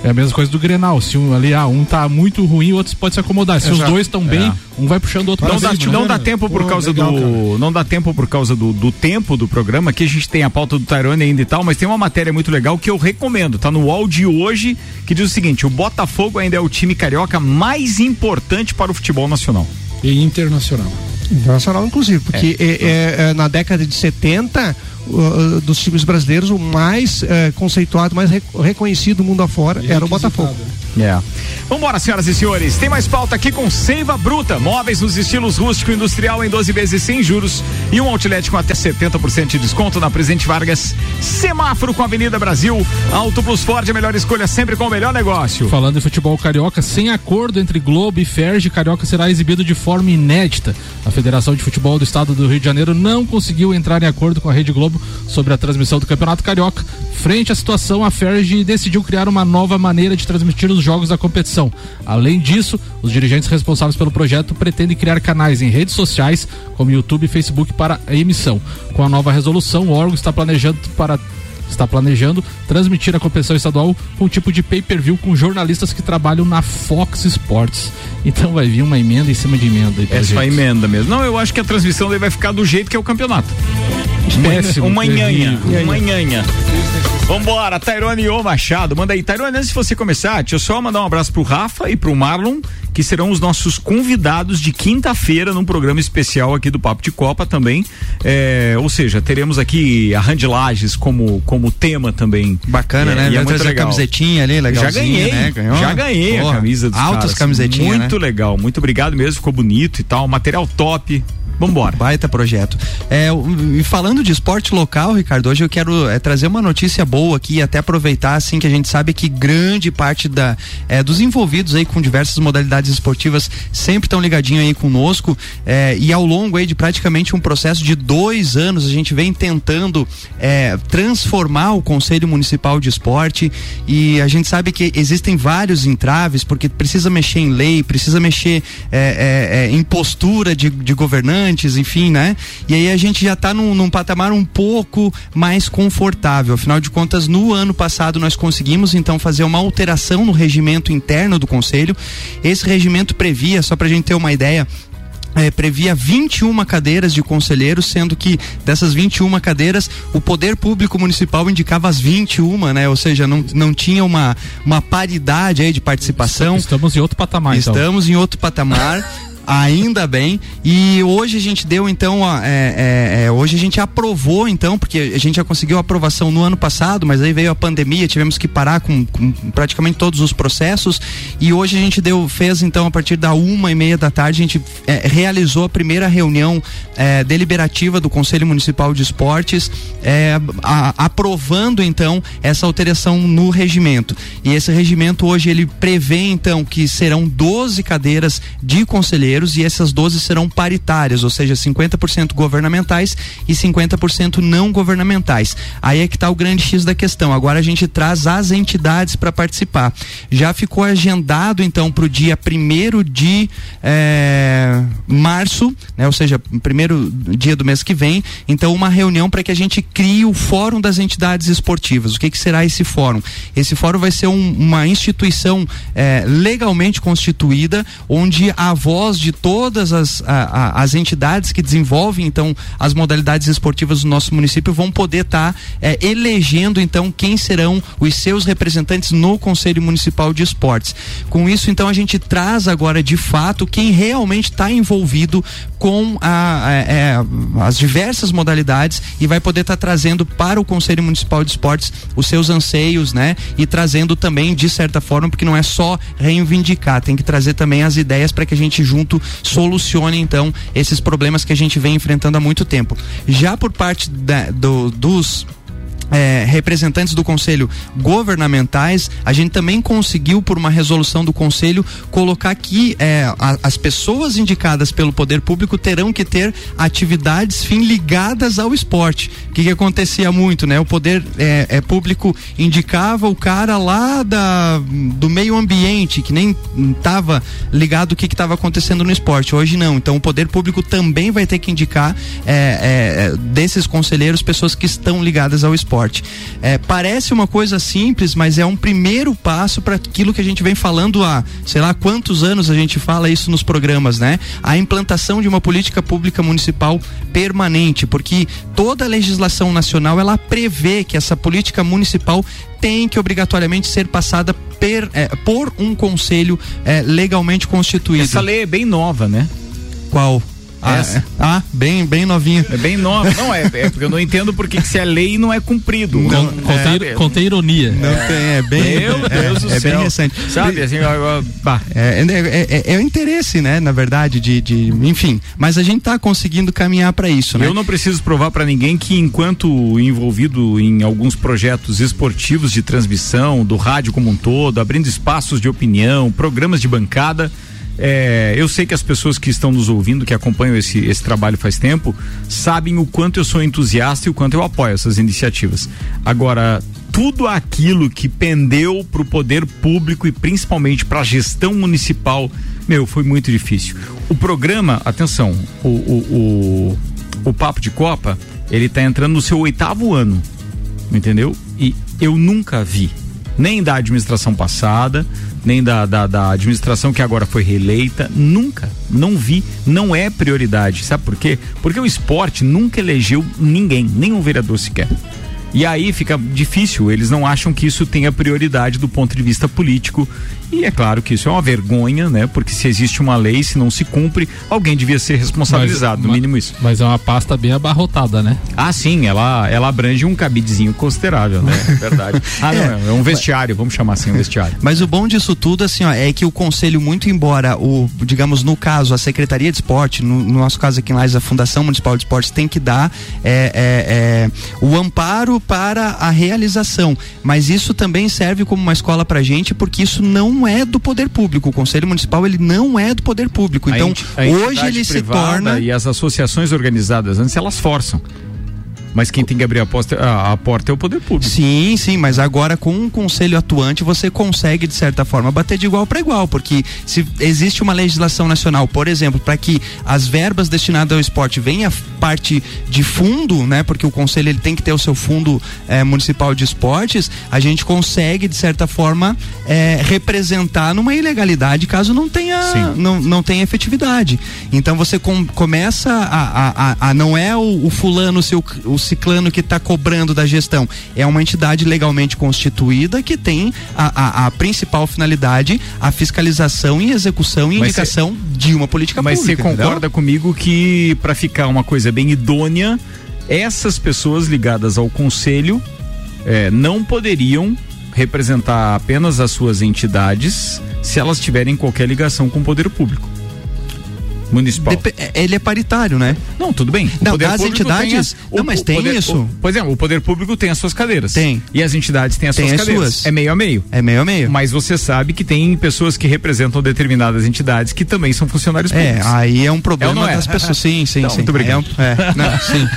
É a mesma coisa do Grenal. Se um ali, ah, um tá muito ruim, o outro pode se acomodar. Se Exato. os dois estão bem, é. um vai puxando o outro. Não, dá, cima, não né? dá tempo por Pô, causa legal, do. Cara. Não dá tempo por causa do, do tempo do programa. Aqui a gente tem a pauta do Tyrone ainda e tal, mas tem uma matéria muito legal que eu recomendo. Tá no U O L de hoje, que diz o seguinte: o Botafogo ainda é o time carioca mais importante para o futebol nacional. E internacional. Internacional, inclusive, porque é. É, é, é, na década de setenta, uh, dos times brasileiros, o mais uh, conceituado, mais rec- reconhecido do mundo afora e era o Botafogo. É. Vambora, senhoras e senhores. Tem mais pauta aqui com Seiva Bruta. Móveis nos estilos rústico e industrial em doze vezes sem juros e um outlet com até setenta por cento de desconto na Presidente Vargas. Semáforo com a Avenida Brasil. Auto Plus Ford, a melhor escolha sempre com o melhor negócio. Falando em futebol carioca, sem acordo entre Globo e Ferge, Carioca será exibido de forma inédita. A Federação de Futebol do Estado do Rio de Janeiro não conseguiu entrar em acordo com a Rede Globo sobre a transmissão do Campeonato Carioca. Frente à situação, a Ferge decidiu criar uma nova maneira de transmitir os jogos da competição. Além disso, os dirigentes responsáveis pelo projeto pretendem criar canais em redes sociais, como YouTube e Facebook, para a emissão. Com a nova resolução, o órgão está planejando para está planejando transmitir a competição estadual com um tipo de pay-per-view com jornalistas que trabalham na Fox Sports. Então vai vir uma emenda em cima de emenda. É só emenda mesmo. Não, eu acho que a transmissão daí vai ficar do jeito que é o campeonato. Péssimo. Uma nhanha. Uma nhanha. Vambora, Tyrone O Machado, manda aí. Tyrone, antes de você começar, deixa eu só mandar um abraço pro Rafa e pro Marlon, que serão os nossos convidados de quinta-feira num programa especial aqui do Papo de Copa também, é, ou seja, teremos aqui a Randy Lages como, como tema também. Bacana, é, né? E é muito legal. A camisetinha ali, legalzinha, já ganhei, né? Ganhou? Já ganhei Porra, a camisa dos altas caras. camisetinhas, Muito né? legal, muito obrigado mesmo, ficou bonito e tal, material top. Vambora. Baita projeto. É, e falando de esporte local, Ricardo, hoje eu quero é, trazer uma notícia boa aqui e até aproveitar, assim, que a gente sabe que grande parte da, é, dos envolvidos aí com diversas modalidades esportivas sempre estão ligadinhos aí conosco, é, e ao longo aí de praticamente um processo de dois anos a gente vem tentando é, transformar o Conselho Municipal de Esporte, e a gente sabe que existem vários entraves, porque precisa mexer em lei, precisa mexer é, é, é, em postura de, de governantes, enfim, né? E aí a gente já está num, num patamar um pouco mais confortável. Afinal de contas, no ano passado nós conseguimos então fazer uma alteração no regimento interno do Conselho. Esse regimento previa, só pra gente ter uma ideia, É, previa vinte e uma cadeiras de conselheiros, sendo que dessas vinte e uma cadeiras o poder público municipal indicava as vinte e uma, né? Ou seja, não, não tinha uma, uma paridade aí de participação. Estamos em outro patamar. Estamos então. em outro patamar. Ainda bem, e hoje a gente deu então, é, é, é, hoje a gente aprovou então, porque a gente já conseguiu a aprovação no ano passado, mas aí veio a pandemia, tivemos que parar com, com praticamente todos os processos, e hoje a gente deu, fez então a partir da uma e meia da tarde, a gente é, realizou a primeira reunião é, deliberativa do Conselho Municipal de Esportes, é, a, aprovando então essa alteração no regimento, e esse regimento hoje ele prevê então que serão doze cadeiras de conselheiros, e essas doze serão paritárias, ou seja, cinquenta por cento governamentais e cinquenta por cento não governamentais. Aí é que está o grande X da questão. Agora a gente traz as entidades para participar. Já ficou agendado então para o dia primeiro de é, março, né? Ou seja, primeiro dia do mês que vem, então uma reunião para que a gente crie o Fórum das Entidades Esportivas. O que que será esse fórum? Esse fórum vai ser um, uma instituição é, legalmente constituída, onde a voz de de todas as, a, a, as entidades que desenvolvem então as modalidades esportivas do nosso município vão poder estar tá, é, elegendo então quem serão os seus representantes no Conselho Municipal de Esportes. Com isso então a gente traz agora de fato quem realmente está envolvido com a, a, a, as diversas modalidades e vai poder estar tá trazendo para o Conselho Municipal de Esportes os seus anseios, né? E trazendo também de certa forma, porque não é só reivindicar, tem que trazer também as ideias para que a gente junto solucione então esses problemas que a gente vem enfrentando há muito tempo. Já por parte da, do, dos É, representantes do conselho governamentais, a gente também conseguiu por uma resolução do conselho colocar que é, a, as pessoas indicadas pelo poder público terão que ter atividades fim ligadas ao esporte. O que, que acontecia muito, né? O poder é, é, público indicava o cara lá da, do meio ambiente que nem estava ligado o que estava acontecendo no esporte. Hoje não, então o poder público também vai ter que indicar é, é, desses conselheiros pessoas que estão ligadas ao esporte. esporte. É, parece uma coisa simples, mas é um primeiro passo para aquilo que a gente vem falando há, sei lá, quantos anos a gente fala isso nos programas, né? A implantação de uma política pública municipal permanente, porque toda a legislação nacional, ela prevê que essa política municipal tem que obrigatoriamente ser passada per, é, por um conselho é, legalmente constituído. Essa lei é bem nova, né? Qual? Ah, Essa. é. ah, bem, bem novinha. É bem nova. Não, é, é porque eu não entendo porque que se é lei não é cumprido. Não, Não, contém, é, contém ironia. Não é, tem, é bem. Meu Deus é, do é céu. bem recente. Sabe, assim, ó, ó, bah. É, é, é, é o interesse, né, na verdade, de, de enfim, mas a gente tá conseguindo caminhar para isso, né? Eu não preciso provar para ninguém que enquanto envolvido em alguns projetos esportivos de transmissão, do rádio como um todo, abrindo espaços de opinião, programas de bancada, É, eu sei que as pessoas que estão nos ouvindo, que acompanham esse, esse trabalho faz tempo, sabem o quanto eu sou entusiasta e o quanto eu apoio essas iniciativas. Agora, tudo aquilo que pendeu para o poder público e principalmente para a gestão municipal, meu, foi muito difícil. O programa, atenção, o, o, o, o Papo de Copa, ele tá entrando no seu oitavo ano, entendeu? E eu nunca vi, nem da administração passada, nem da, da, da administração que agora foi reeleita, nunca, não vi, não é prioridade, sabe por quê? Porque o esporte nunca elegeu ninguém, nenhum vereador sequer. E aí fica difícil, eles não acham que isso tenha prioridade do ponto de vista político, e é claro que isso é uma vergonha, né? Porque se existe uma lei, se não se cumpre, alguém devia ser responsabilizado, mas, no mínimo isso. Mas é uma pasta bem abarrotada, né? Ah, sim, ela, ela abrange um cabidezinho considerável, né? É verdade. Ah, não, é, é um vestiário, vamos chamar assim, um vestiário. Mas o bom disso tudo, assim, ó, é que o conselho, muito embora o, digamos, no caso, a Secretaria de Esporte, no, no nosso caso aqui em Lages, a Fundação Municipal de Esportes tem que dar é, é, é, o amparo para a realização, mas isso também serve como uma escola pra gente, porque isso não é do poder público, o Conselho Municipal, ele não é do poder público, então a ent, a hoje ele se privada torna... E as associações organizadas antes, elas forçam. Mas quem tem que abrir a porta, a, a porta é o poder público. Sim, sim, mas agora com um conselho atuante você consegue de certa forma bater de igual para igual, porque se existe uma legislação nacional, por exemplo, para que as verbas destinadas ao esporte venham parte de fundo, né? Porque o conselho ele tem que ter o seu fundo eh, municipal de esportes, a gente consegue de certa forma eh, representar numa ilegalidade caso não tenha não, não tenha efetividade. Então você com, começa a, a, a, a não é o, o fulano seu o ciclano que está cobrando da gestão, é uma entidade legalmente constituída que tem a, a, a principal finalidade a fiscalização e execução e mas indicação cê, de uma política mas pública. Mas você concorda comigo que para ficar uma coisa bem idônea, essas pessoas ligadas ao conselho eh, não poderiam representar apenas as suas entidades se elas tiverem qualquer ligação com o poder público municipal. Dep- ele é paritário, né? Não, tudo bem. O não, das entidades. A, não, mas o tem poder, isso. O, por exemplo, o poder público tem as suas cadeiras. Tem. E as entidades têm as tem suas as cadeiras. Suas. É meio a meio. É meio a meio. Mas você sabe que tem pessoas que representam determinadas entidades que também são funcionários públicos. É, aí é um problema é das pessoas. Sim, sim, então, sim. Muito obrigado. É, é, não, sim.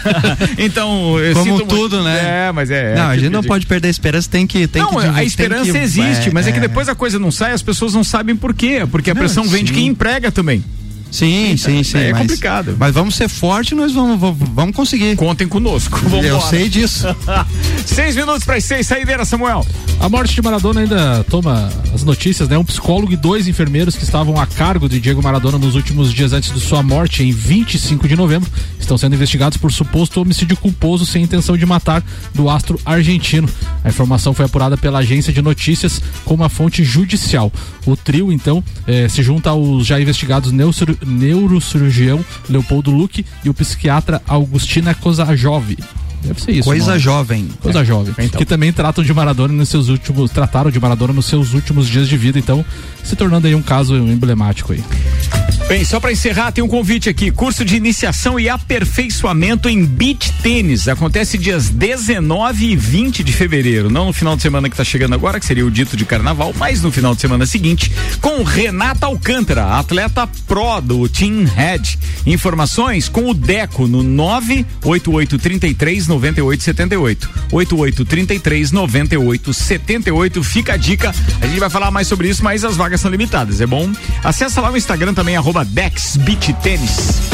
Então, eu como sinto tudo, muito, né? É, mas é. Não, é a gente não pode perder a esperança, tem que. Tem não, que, a esperança que, existe, é, mas é, é que é. depois a coisa não sai, as pessoas não sabem por quê. Porque a não, pressão vem sim. de quem emprega também. Sim, sim, sim. É mas, complicado. Mas vamos ser fortes, nós vamos, vamos, vamos conseguir. Contem conosco. Vamos Eu embora. sei disso. Seis minutos para as seis, saideira, Samuel. A morte de Maradona ainda toma as notícias, né? Um psicólogo e dois enfermeiros que estavam a cargo de Diego Maradona nos últimos dias antes de sua morte, em vinte e cinco de novembro, estão sendo investigados por suposto homicídio culposo sem intenção de matar do astro argentino. A informação foi apurada pela agência de notícias com uma fonte judicial. O trio, então, eh, se junta aos já investigados neurocir- neurocirurgião Leopoldo Luque e o psiquiatra Augustina Cosajove. Deve ser isso. Coisa mano. jovem. Coisa é. jovem. Então. Que também tratam de Maradona nos seus últimos, trataram de Maradona nos seus últimos dias de vida, então se tornando aí um caso emblemático aí. Bem, só para encerrar, tem um convite aqui, curso de iniciação e aperfeiçoamento em beach tênis, acontece dias dezenove e vinte de fevereiro, não no final de semana que tá chegando agora, que seria o dito de carnaval, mas no final de semana seguinte, com Renata Alcântara, atleta pro do Team Head. Informações com o Deco no nove oito oito três três nove oito sete oito, oito oito três três nove oito sete oito, fica a dica, a gente vai falar mais sobre isso, mas as vagas são limitadas, é bom? Acessa lá o Instagram também, arroba Dex Beach Tênis.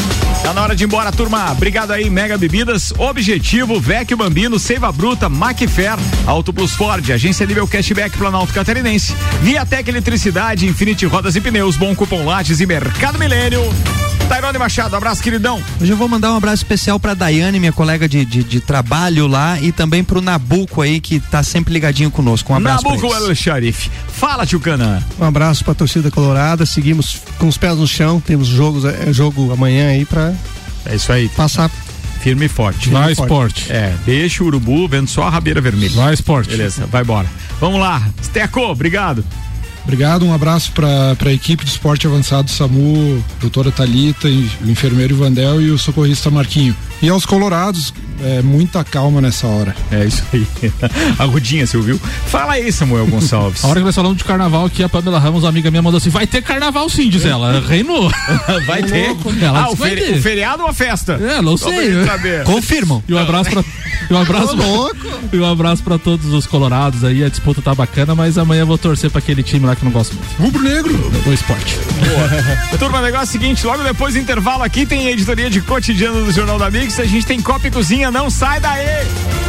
Tá na hora de ir embora, turma. Obrigado aí, Mega Bebidas, Objetivo, Vecchio Bambino, Seiva Bruta, Macfer, Auto Plus Ford, Agência Nível Cashback Planalto Catarinense, Viatec Eletricidade, Infinity Rodas e Pneus, Bom Cupom Lages e Mercado Milênio. Tairone Machado, abraço, queridão. Hoje eu vou mandar um abraço especial pra Daiane, minha colega de, de, de trabalho lá, e também pro Nabuco aí, que tá sempre ligadinho conosco. Um abraço. Nabuco El Sharif. Fala, tio Cana. Um abraço pra torcida colorada, seguimos com os pés no chão, temos jogos, é, jogo amanhã aí pra é isso aí. Passar firme e forte. Vai esporte. É, deixa o urubu vendo só a rabeira vermelha. Vai esporte. Beleza, vai embora. Vamos lá. Steco, obrigado. Obrigado, um abraço para a equipe de esporte avançado SAMU, doutora Thalita, o enfermeiro Ivandel e o socorrista Marquinho. E aos colorados, é, muita calma nessa hora. É isso aí. Agudinha, você ouviu? Fala aí, Samuel Gonçalves. A hora que nós falamos de carnaval aqui, a Pamela Ramos, a amiga minha, mandou assim: vai ter carnaval sim, diz ela. Reinou. Vai ter. Ela ah, o, feri o feriado ou a festa? É, não sei. Confirmam. E um abraço pra. E um abraço, pra, e um abraço pra todos os colorados aí. A disputa tá bacana, mas amanhã eu vou torcer pra aquele time lá que eu não gosto muito. Rubro Negro. Do esporte. Boa. Turma, o negócio é o seguinte: logo depois do intervalo aqui tem a editoria de cotidiano do Jornal da Mix. A gente tem Copa e Cozinha, não sai daí!